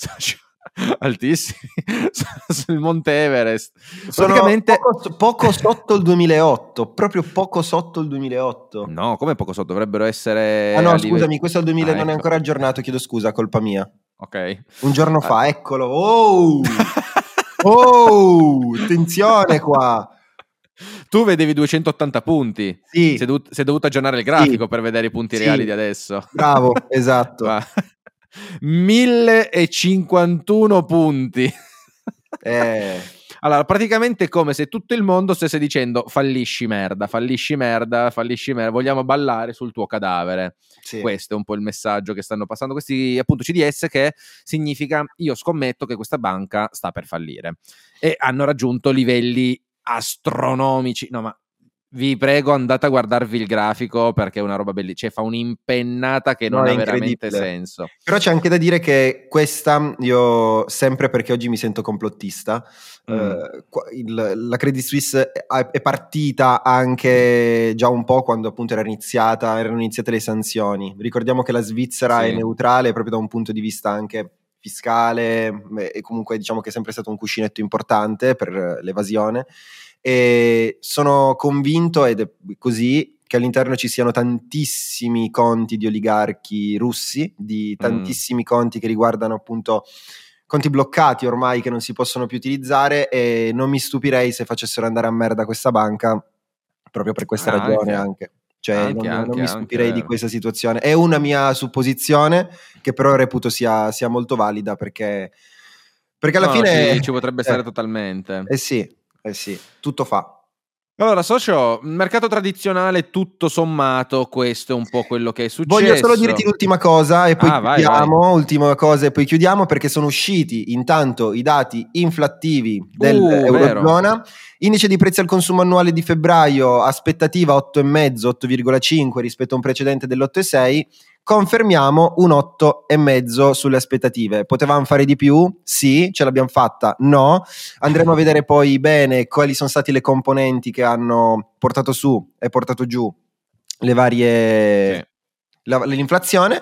Altissimi sul Monte Everest. Sono Praticamente poco, poco sotto il duemilaotto, proprio poco sotto il duemilaotto. no, come poco sotto, dovrebbero essere Ah no, a scusami, livello... questo è il duemila, ah, non è ecco. ancora aggiornato, chiedo scusa, colpa mia. Ok. Un giorno fa, eccolo. Oh! Oh! Attenzione qua. Tu vedevi duecentottanta punti. Sì. Sei dovuto, sei dovuto aggiornare il grafico Sì. per vedere i punti Sì. reali di adesso. Bravo, esatto. Ma... mille cinquantuno punti. Eh. Allora, praticamente è come se tutto il mondo stesse dicendo fallisci merda, fallisci merda, fallisci merda, vogliamo ballare sul tuo cadavere. Sì. Questo è un po' il messaggio che stanno passando questi appunto C D S, che significa io scommetto che questa banca sta per fallire. E hanno raggiunto livelli astronomici. No, ma vi prego, andate a guardarvi il grafico perché è una roba bellissima, cioè fa un'impennata che No, non è ha veramente incredibile. senso. Però c'è anche da dire che questa, io sempre, perché oggi mi sento complottista, Mm. eh, qua- il- la Credit Suisse è, è partita anche già un po' quando appunto era iniziata, erano iniziate le sanzioni. Ricordiamo che la Svizzera Sì. è neutrale proprio da un punto di vista anche fiscale, beh, e comunque diciamo che è sempre stato un cuscinetto importante per l'evasione. E sono convinto, ed è così, che all'interno ci siano tantissimi conti di oligarchi russi, di tantissimi mm. conti che riguardano appunto conti bloccati ormai che non si possono più utilizzare, e non mi stupirei se facessero andare a merda questa banca proprio per questa ah, ragione anche, anche. Cioè anche, non, anche, non mi stupirei anche, di questa situazione. È una mia supposizione che però reputo sia, sia molto valida, perché, perché alla no, fine ci, ci potrebbe eh, stare totalmente. Eh sì, eh sì, tutto fa. Allora, socio, mercato tradizionale tutto sommato, questo è un po' quello che è successo. Voglio solo dirti l'ultima cosa e poi ah, chiudiamo, vai, vai. ultima cosa e poi chiudiamo, perché sono usciti intanto i dati inflattivi dell'Eurozona. Uh, Indice di prezzi al consumo annuale di febbraio, aspettativa otto virgola cinque, otto virgola cinque rispetto a un precedente dell'otto virgola sei. Confermiamo un otto virgola cinque sulle aspettative. Potevamo fare di più? Sì. Ce l'abbiamo fatta? No. Andremo a vedere poi bene quali sono stati le componenti che hanno portato su e portato giù le varie sì. la, l'inflazione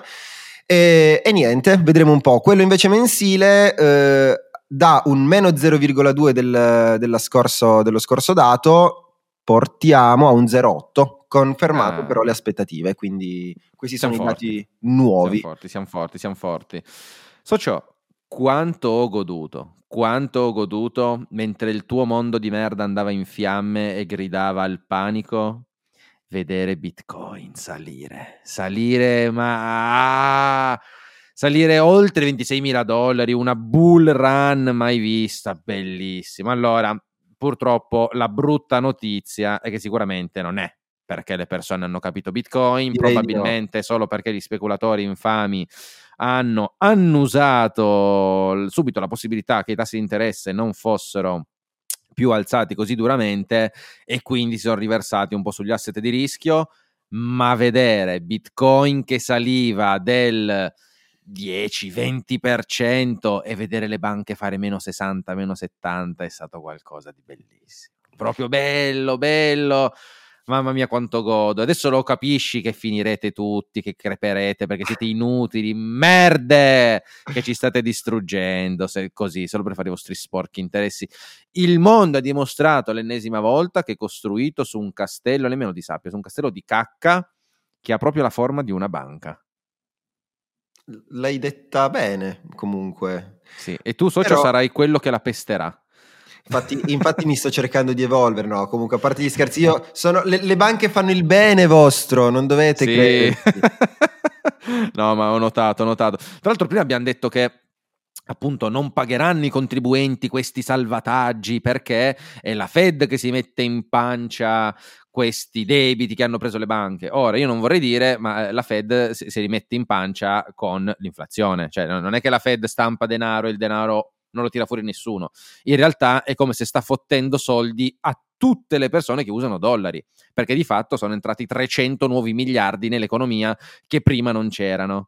e, e niente, vedremo un po'. Quello invece mensile eh, da un meno zero virgola due del, della scorso, dello scorso dato portiamo a un zero virgola otto, confermato ah. però le aspettative, quindi questi siamo sono forti. i dati nuovi. Siamo forti, siamo forti, siamo forti. Socio, quanto ho goduto, quanto ho goduto mentre il tuo mondo di merda andava in fiamme e gridava al panico, vedere Bitcoin salire, salire, ma salire oltre ventiseimila dollari, una bull run mai vista, bellissima. Allora, purtroppo la brutta notizia è che sicuramente non è perché le persone hanno capito Bitcoin, Direi probabilmente no. Solo perché gli speculatori infami hanno annusato subito la possibilità che i tassi di interesse non fossero più alzati così duramente e quindi si sono riversati un po' sugli asset di rischio, ma vedere Bitcoin che saliva del dieci venti per cento e vedere le banche fare meno sessanta, meno settanta è stato qualcosa di bellissimo. Proprio bello, bello. Mamma mia quanto godo. Adesso lo capisci che finirete tutti, che creperete perché siete inutili, merde, che ci state distruggendo, se così, solo per fare i vostri sporchi interessi. Il mondo ha dimostrato l'ennesima volta che è costruito su un castello, nemmeno di sabbia, su un castello di cacca che ha proprio la forma di una banca. L'hai detta bene comunque. Sì, e tu socio Però... sarai quello che la pesterà. Infatti, infatti mi sto cercando di evolvere, no? Comunque, a parte gli scherzi, io sono le, le banche fanno il bene vostro, non dovete sì. crederci. No, ma ho notato, ho notato. Tra l'altro prima abbiamo detto che appunto non pagheranno i contribuenti questi salvataggi perché è la Fed che si mette in pancia questi debiti che hanno preso le banche. Ora io non vorrei dire, ma la Fed si, si rimette in pancia con l'inflazione, cioè non è che la Fed stampa denaro e il denaro non lo tira fuori nessuno. In realtà è come se sta fottendo soldi a tutte le persone che usano dollari, perché di fatto sono entrati trecento nuovi miliardi nell'economia che prima non c'erano.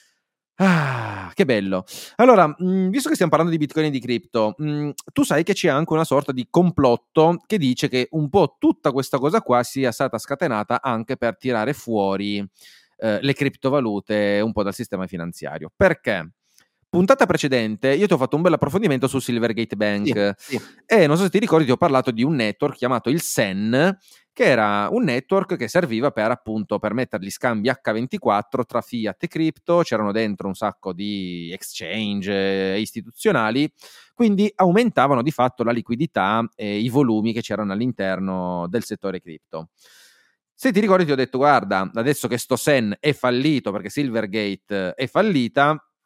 Ah, che bello. Allora, mh, visto che stiamo parlando di Bitcoin e di cripto, mh, tu sai che c'è anche una sorta di complotto che dice che un po' tutta questa cosa qua sia stata scatenata anche per tirare fuori eh, le criptovalute un po' dal sistema finanziario. Perché? Puntata precedente io ti ho fatto un bel approfondimento su Silvergate Bank sì, sì. e non so se ti ricordi, ti ho parlato di un network chiamato il S E N, che era un network che serviva per appunto permettere gli scambi acca ventiquattro tra fiat e cripto. C'erano dentro un sacco di exchange istituzionali, quindi aumentavano di fatto la liquidità e i volumi che c'erano all'interno del settore cripto. Se ti ricordi ti ho detto guarda, adesso che sto S E N è fallito perché Silvergate è fallita,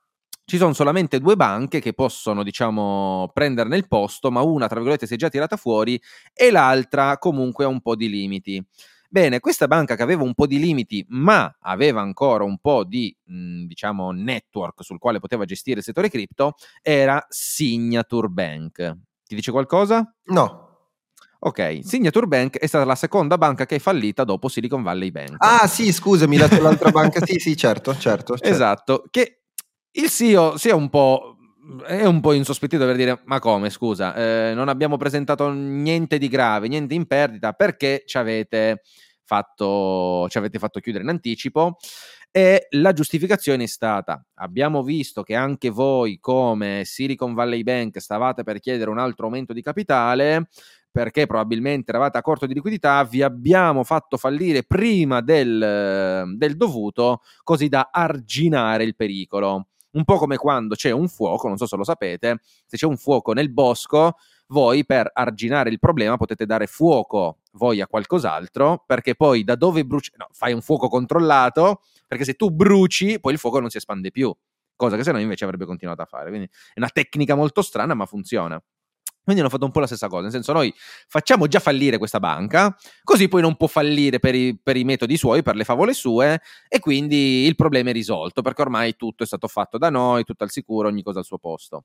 ci sono solamente due banche che possono, diciamo, prenderne il posto, ma una, tra virgolette, si è già tirata fuori e l'altra comunque ha un po' di limiti. Bene, questa banca che aveva un po' di limiti, ma aveva ancora un po' di, mh, diciamo, network sul quale poteva gestire il settore cripto, era Signature Bank. Ti dice qualcosa? No. Ok, Signature Bank è stata la seconda banca che è fallita dopo Silicon Valley Bank. Ah sì, scusami, la, l'altra banca, sì sì, certo, certo, certo. Esatto, che il C E O sia un po'... è un po' insospettito per dire: ma come, scusa, eh, non abbiamo presentato niente di grave, niente in perdita, perché ci avete fatto, ci avete fatto chiudere in anticipo? E la giustificazione è stata: abbiamo visto che anche voi come Silicon Valley Bank stavate per chiedere un altro aumento di capitale, perché probabilmente eravate a corto di liquidità, vi abbiamo fatto fallire prima del, del dovuto, così da arginare il pericolo. Un po' come quando c'è un fuoco, non so se lo sapete, se c'è un fuoco nel bosco, voi per arginare il problema potete dare fuoco voi a qualcos'altro, perché poi da dove bruci, no, fai un fuoco controllato, perché se tu bruci poi il fuoco non si espande più, cosa che se no invece avrebbe continuato a fare. Quindi è una tecnica molto strana, ma funziona. Quindi hanno fatto un po' la stessa cosa, nel senso, noi facciamo già fallire questa banca, così poi non può fallire per i, per i metodi suoi, per le favole sue, e quindi il problema è risolto, perché ormai tutto è stato fatto da noi, tutto al sicuro, ogni cosa al suo posto.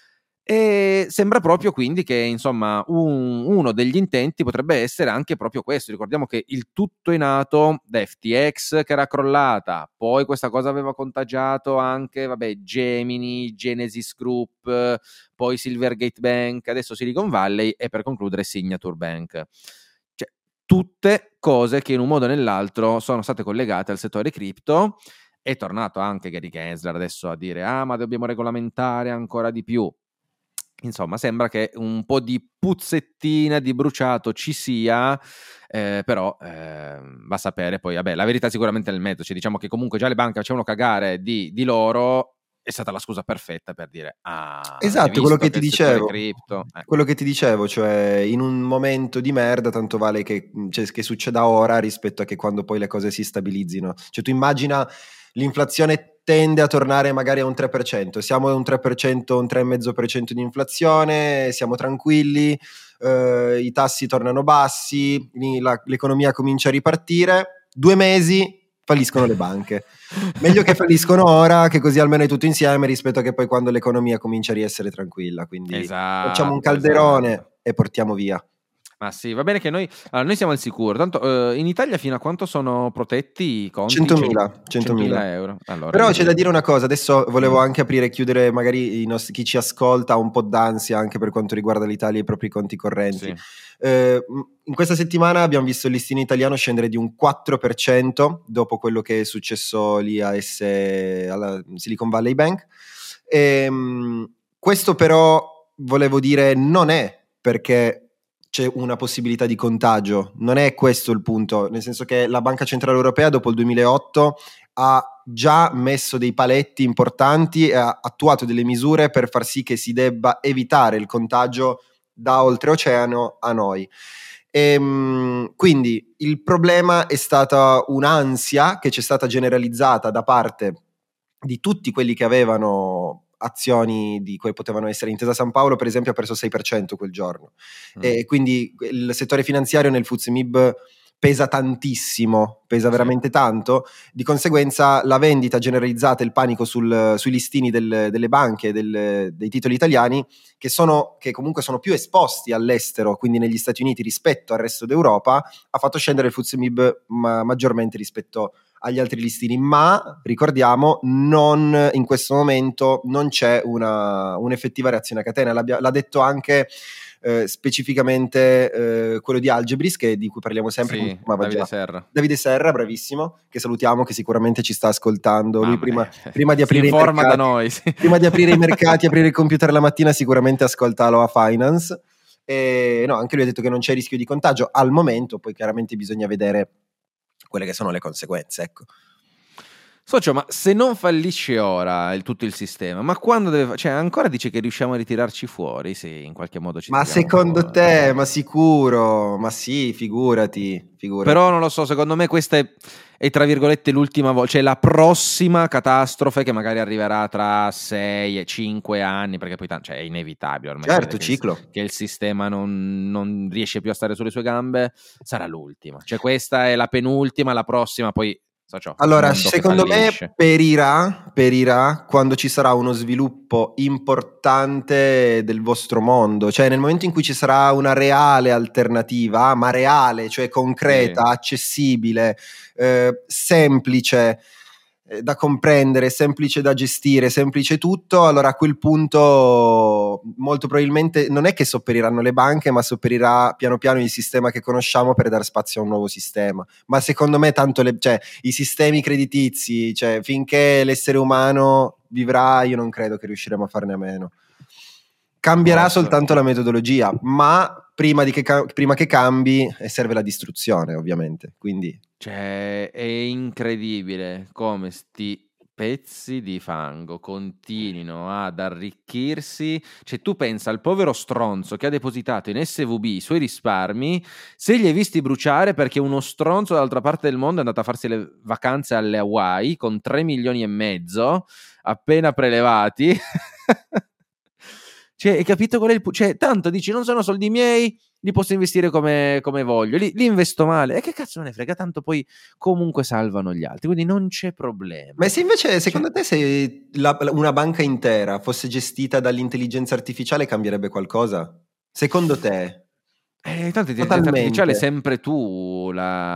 E sembra proprio quindi che, insomma, un, uno degli intenti potrebbe essere anche proprio questo. Ricordiamo che il tutto è nato da F T X, che era crollata, poi questa cosa aveva contagiato anche, vabbè, Gemini, Genesis Group, poi Silvergate Bank, adesso Silicon Valley e per concludere Signature Bank. Cioè, tutte cose che in un modo o nell'altro sono state collegate al settore cripto. È tornato anche Gary Gensler adesso a dire: ah, ma dobbiamo regolamentare ancora di più. Insomma, sembra che un po' di puzzettina di bruciato ci sia, eh, però eh, va a sapere poi, vabbè, la verità sicuramente è nel mezzo, cioè, diciamo che comunque già le banche facevano cagare di, di loro, è stata la scusa perfetta per dire: ah, esatto, quello che ti che dicevo, cripto, eh. quello che ti dicevo, cioè in un momento di merda tanto vale che, cioè, che succeda ora rispetto a che quando poi le cose si stabilizzino. Cioè tu immagina, l'inflazione tende a tornare magari a un tre per cento, siamo a un tre per cento, un tre virgola cinque per cento di inflazione, siamo tranquilli, eh, i tassi tornano bassi, la, l'economia comincia a ripartire, due mesi falliscono le banche. Meglio che falliscono ora, che così almeno è tutto insieme, rispetto a che poi quando l'economia comincia a riessere tranquilla. Quindi esatto, facciamo un calderone, esatto. e portiamo via. Ma sì, va bene che noi, allora, noi siamo al sicuro. Tanto eh, in Italia fino a quanto sono protetti i conti? centomila, centomila euro. Allora, però io c'è da dico... dire una cosa, adesso volevo anche aprire e chiudere, magari i nostri, chi ci ascolta ha un po' d'ansia anche per quanto riguarda l'Italia e i propri conti correnti. Sì. Eh, in questa settimana abbiamo visto il listino italiano scendere di un quattro per cento dopo quello che è successo lì a S, alla Silicon Valley Bank. E, questo però, volevo dire, non è perché c'è una possibilità di contagio, non è questo il punto, nel senso che la Banca Centrale Europea dopo il duemilaotto ha già messo dei paletti importanti e ha attuato delle misure per far sì che si debba evitare il contagio da oltreoceano a noi. E, quindi il problema è stata un'ansia che c'è stata generalizzata da parte di tutti quelli che avevano azioni di cui potevano essere. Intesa San Paolo per esempio ha perso sei per cento quel giorno, mm. e quindi il settore finanziario nel F T S E M I B pesa tantissimo, pesa veramente sì. tanto, di conseguenza la vendita generalizzata, il panico sul, sui listini del, delle banche, del, dei titoli italiani, che, sono, che comunque sono più esposti all'estero, quindi negli Stati Uniti rispetto al resto d'Europa, ha fatto scendere il F T S E M I B ma, maggiormente rispetto agli altri listini, ma ricordiamo, non in questo momento non c'è una, un'effettiva reazione a catena. L'abbia, l'ha detto anche eh, specificamente eh, quello di Algebris, che, di cui parliamo sempre, sì, Davide già. Serra. Davide Serra, bravissimo, che salutiamo, che sicuramente ci sta ascoltando. Mamma Lui prima, prima di aprire si informa i mercati, da noi, sì. prima di aprire i mercati, aprire il computer la mattina, sicuramente ascolta Aloha Finance. E no, anche lui ha detto che non c'è rischio di contagio al momento, poi chiaramente bisogna vedere quelle che sono le conseguenze, ecco. Socio, ma se non fallisce ora il, tutto il sistema, ma quando deve... Cioè, ancora dice che riusciamo a ritirarci fuori? Sì, in qualche modo ci Ma tiriamo secondo fuori. te, ma sicuro, ma sì, figurati, figurati. Però non lo so, secondo me questa è, è tra virgolette l'ultima volta, cioè la prossima catastrofe che magari arriverà tra sei e cinque anni, perché poi tanto, cioè, è inevitabile ormai Certo, che ciclo. il, che il sistema non, non riesce più a stare sulle sue gambe, sarà l'ultima. Cioè questa è la penultima, la prossima poi... So ciò, Allora, mondo che secondo me fallisce. perirà, perirà quando ci sarà uno sviluppo importante del vostro mondo, cioè nel momento in cui ci sarà una reale alternativa, ma reale, cioè concreta, Sì. accessibile, eh, semplice eh, da comprendere, semplice da gestire, semplice tutto, allora a quel punto molto probabilmente non è che sopperiranno le banche, ma sopperirà piano piano il sistema che conosciamo per dar spazio a un nuovo sistema. Ma secondo me tanto le, cioè, i sistemi creditizi, cioè, finché l'essere umano vivrà, io non credo che riusciremo a farne a meno. Cambierà Posso. soltanto la metodologia, ma prima, di che, prima che cambi eh, serve la distruzione, ovviamente. Quindi... Cioè, è incredibile come sti pezzi di fango continuino ad arricchirsi. Cioè, tu pensa al povero stronzo che ha depositato in S V B i suoi risparmi, se li hai visti bruciare perché uno stronzo dall'altra parte del mondo è andato a farsi le vacanze alle Hawaii con tre milioni e mezzo appena prelevati. Cioè, hai capito qual è il pu- cioè, tanto dici, non sono soldi miei, li posso investire come, come voglio, li, li investo male. E che cazzo me ne frega, tanto poi comunque salvano gli altri, quindi non c'è problema. Ma se invece, secondo Cioè, te, se la- una banca intera fosse gestita dall'intelligenza artificiale cambierebbe qualcosa? Secondo te? eh, tanto l'intelligenza artificiale Totalmente. sempre tu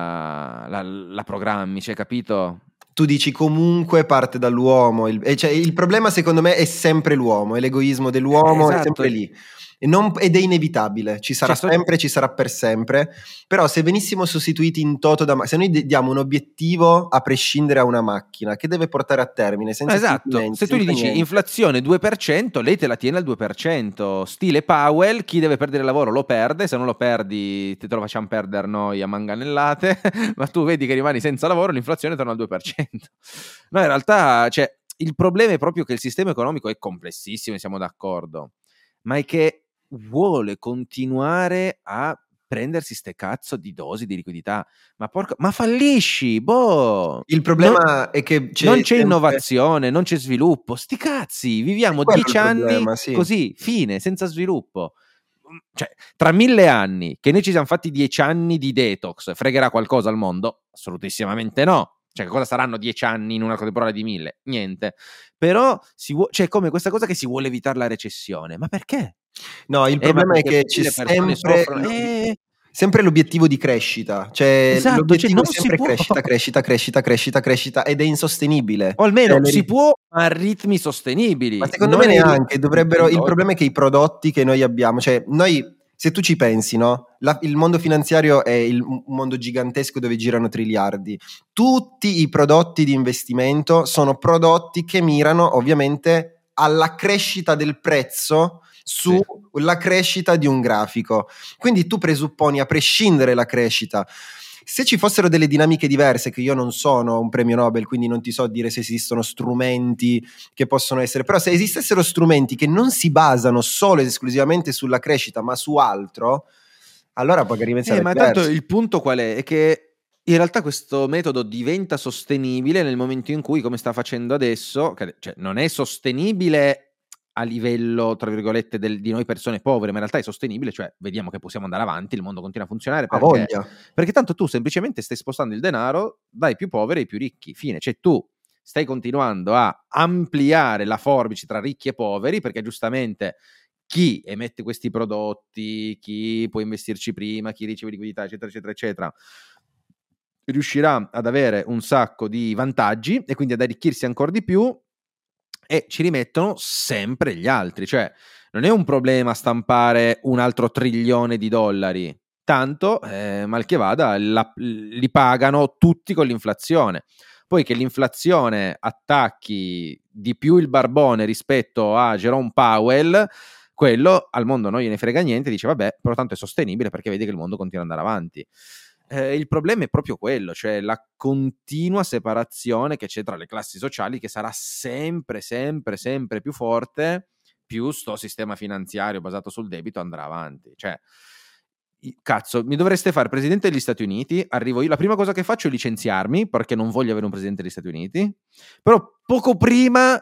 la, la, la programmi, cioè, capito? Tu dici comunque parte dall'uomo, il, e cioè, il problema secondo me è sempre l'uomo, è l'egoismo Eh, dell'uomo, è esatto, sempre lì. E non- ed è inevitabile, ci sarà cioè, sto- sempre, ci sarà per sempre, però se venissimo sostituiti in toto da ma- se noi de- diamo un obiettivo a prescindere a una macchina che deve portare a termine senza Esatto, sentimenti, se tu gli senza dici niente. inflazione due per cento, lei te la tiene al due per cento, stile Powell, chi deve perdere il lavoro lo perde, se non lo perdi te lo facciamo perdere noi a manganellate, ma tu vedi che rimani senza lavoro, l'inflazione torna al due per cento. No, in realtà, cioè, il problema è proprio che il sistema economico è complessissimo, siamo d'accordo, ma è che vuole continuare a prendersi ste cazzo di dosi di liquidità, ma porca, ma fallisci, boh! Il Non, problema è che non c'è c'è sempre... innovazione, non c'è sviluppo. Sti cazzi, È viviamo quello il dieci anni problema, sì. così, fine, senza sviluppo. Cioè, tra mille anni che noi ci siamo fatti dieci anni di detox, fregherà qualcosa al mondo? Assolutissimamente no. Cioè, cosa saranno dieci anni in una temporale di mille? Niente. Però si vuole, cioè, come questa cosa che si vuole evitare la recessione. Ma perché? No, il Eh, ma problema è perché che c'è mille persone sempre, soffrono. l'ob- Eh, sempre l'obiettivo di crescita, cioè esatto, cioè l'obiettivo è non si sempre può. crescita, crescita, crescita, crescita, crescita ed è insostenibile. O Cioè, almeno le si ri- può a ritmi Ma sostenibili, secondo me non ai neanche, ritmi dovrebbero, il veloci. problema è che i prodotti che noi abbiamo, cioè noi, se tu ci pensi, no? La- il mondo finanziario è il, un mondo gigantesco dove girano triliardi. Tutti i prodotti di investimento sono prodotti che mirano ovviamente alla crescita del prezzo Sì. sulla crescita di un grafico. Quindi tu presupponi, a prescindere la crescita, se ci fossero delle dinamiche diverse, che io non sono un premio Nobel, quindi non ti so dire se esistono strumenti che possono essere, però se esistessero strumenti che non si basano solo ed esclusivamente sulla crescita, ma su altro, allora magari Eh, sarebbe ma tanto diverso. il punto qual è? È che in realtà questo metodo diventa sostenibile nel momento in cui, come sta facendo adesso, che, cioè, non è sostenibile a livello, tra virgolette, del- di noi persone povere, ma in realtà è sostenibile, cioè vediamo che possiamo andare avanti, il mondo continua a funzionare, Ha perché? voglia. Perché tanto tu semplicemente stai spostando il denaro dai più poveri ai più ricchi, fine, cioè tu stai continuando a ampliare la forbice tra ricchi e poveri, perché giustamente chi emette questi prodotti, chi può investirci prima, chi riceve liquidità, eccetera, eccetera, eccetera, riuscirà ad avere un sacco di vantaggi e quindi ad arricchirsi ancora di più, e ci rimettono sempre gli altri. Cioè, non è un problema stampare un altro trilione di dollari, tanto, eh, mal che vada, la, li pagano tutti con l'inflazione. Poi che l'inflazione attacchi di più il barbone rispetto a Jerome Powell, quello al mondo non gliene frega niente, dice vabbè, però tanto è sostenibile perché vedi che il mondo continua ad andare avanti. Eh, il problema è proprio quello, cioè la continua separazione che c'è tra le classi sociali, che sarà sempre, sempre, sempre più forte, più sto sistema finanziario basato sul debito andrà avanti. Cioè, cazzo, mi dovreste fare presidente degli Stati Uniti, arrivo io, la prima cosa che faccio è licenziarmi, perché non voglio avere un presidente degli Stati Uniti, però poco prima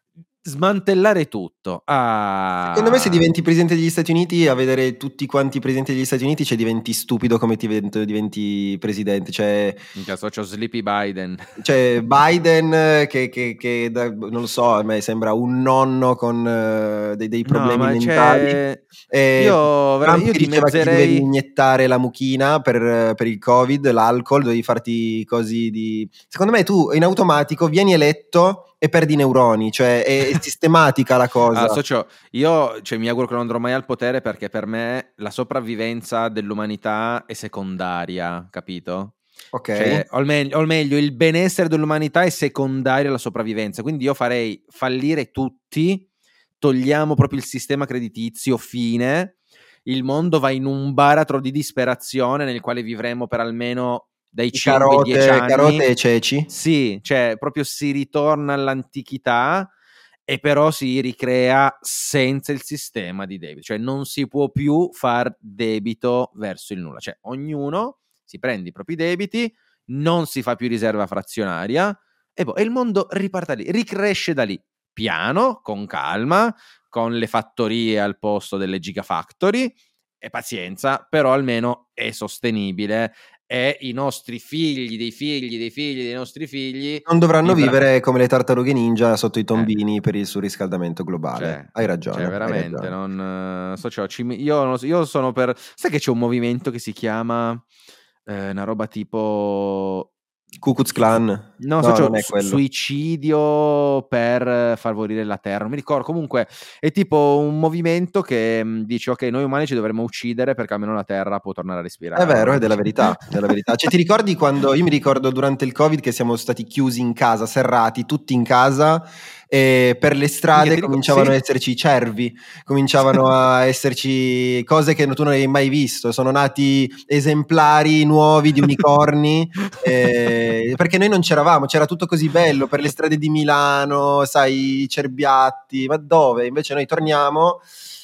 smantellare tutto. Ah. Secondo me se diventi presidente degli Stati Uniti, a vedere tutti quanti i presidenti degli Stati Uniti, cioè diventi stupido come ti diventi, diventi presidente. Cioè, in caso c'ho Sleepy Biden. Cioè Biden che, che, che da, non lo so, a me sembra un nonno con uh, dei, dei problemi no, mentali. E io, Trump io che diceva dimezzerei... che ti dovevi iniettare la mucchina per, per il Covid, l'alcol, dovevi farti così di... Secondo me tu in automatico vieni eletto e perdi neuroni, cioè è, è sistematica la cosa. Ah, socio, io cioè, mi auguro che non andrò mai al potere, perché per me la sopravvivenza dell'umanità è secondaria, capito? Ok. Cioè, o, meglio, o meglio, il benessere dell'umanità è secondario alla sopravvivenza, quindi io farei fallire tutti, togliamo proprio il sistema creditizio, fine, il mondo va in un baratro di disperazione nel quale vivremo per almeno dai cinque ai dieci anni. Carote e ceci. Sì, cioè proprio si ritorna all'antichità, e però si ricrea senza il sistema di debito, cioè non si può più far debito verso il nulla, cioè ognuno si prende i propri debiti, non si fa più riserva frazionaria e, boh, e il mondo riparte lì, ricresce da lì, piano, con calma, con le fattorie al posto delle gigafactory, e pazienza, però almeno è sostenibile e i nostri figli dei figli dei figli dei nostri figli non dovranno vivranno... vivere come le tartarughe ninja sotto i tombini eh. per il surriscaldamento globale. Cioè, hai ragione, cioè veramente hai ragione. non so, cioè, io, non so, io sono per... Sai che c'è un movimento che si chiama eh, una roba tipo Ku Klux Klan? No, no so, non è su- quello. Suicidio per favorire la terra, non mi ricordo, comunque è tipo un movimento che mh, dice ok, noi umani ci dovremmo uccidere perché almeno la terra può tornare a respirare. È vero, è della verità, della verità. Cioè, ti ricordi quando, io mi ricordo durante il Covid che siamo stati chiusi in casa, serrati, tutti in casa, e per le strade Ric- cominciavano sì. a esserci cervi, cominciavano a esserci cose che tu non hai mai visto, sono nati esemplari nuovi di unicorni, eh, perché noi non c'eravamo, c'era tutto così bello, per le strade di Milano, sai, i cerbiatti, ma dove? Invece noi torniamo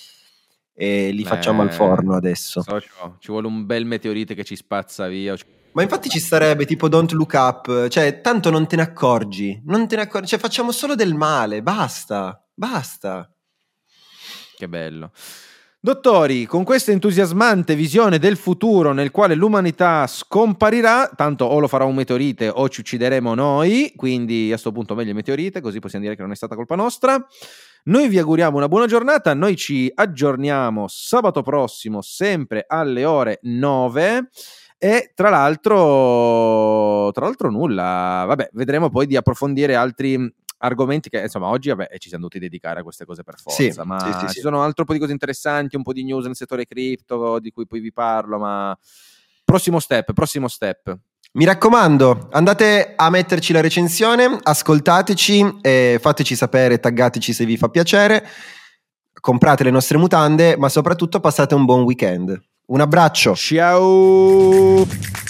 e li facciamo eh, al forno adesso. Socio, ci vuole un bel meteorite che ci spazza via. Ma infatti ci starebbe tipo Don't Look Up, cioè tanto non te ne accorgi, non te ne accorgi, cioè facciamo solo del male, basta, basta. Che bello. Dottori, con questa entusiasmante visione del futuro nel quale l'umanità scomparirà, tanto o lo farà un meteorite o ci uccideremo noi, quindi a sto punto meglio il meteorite, così possiamo dire che non è stata colpa nostra. Noi vi auguriamo una buona giornata, noi ci aggiorniamo sabato prossimo sempre alle ore nove. E tra l'altro, tra l'altro nulla, vabbè, vedremo poi di approfondire altri argomenti che insomma oggi vabbè, ci siamo dovuti dedicare a queste cose per forza, sì, ma sì, sì, ci sì. sono altro po' di cose interessanti, un po' di news nel settore cripto di cui poi vi parlo, ma prossimo step, prossimo step. Mi raccomando, andate a metterci la recensione, ascoltateci e fateci sapere, taggateci se vi fa piacere, comprate le nostre mutande, ma soprattutto passate un buon weekend. Un abbraccio. Ciao.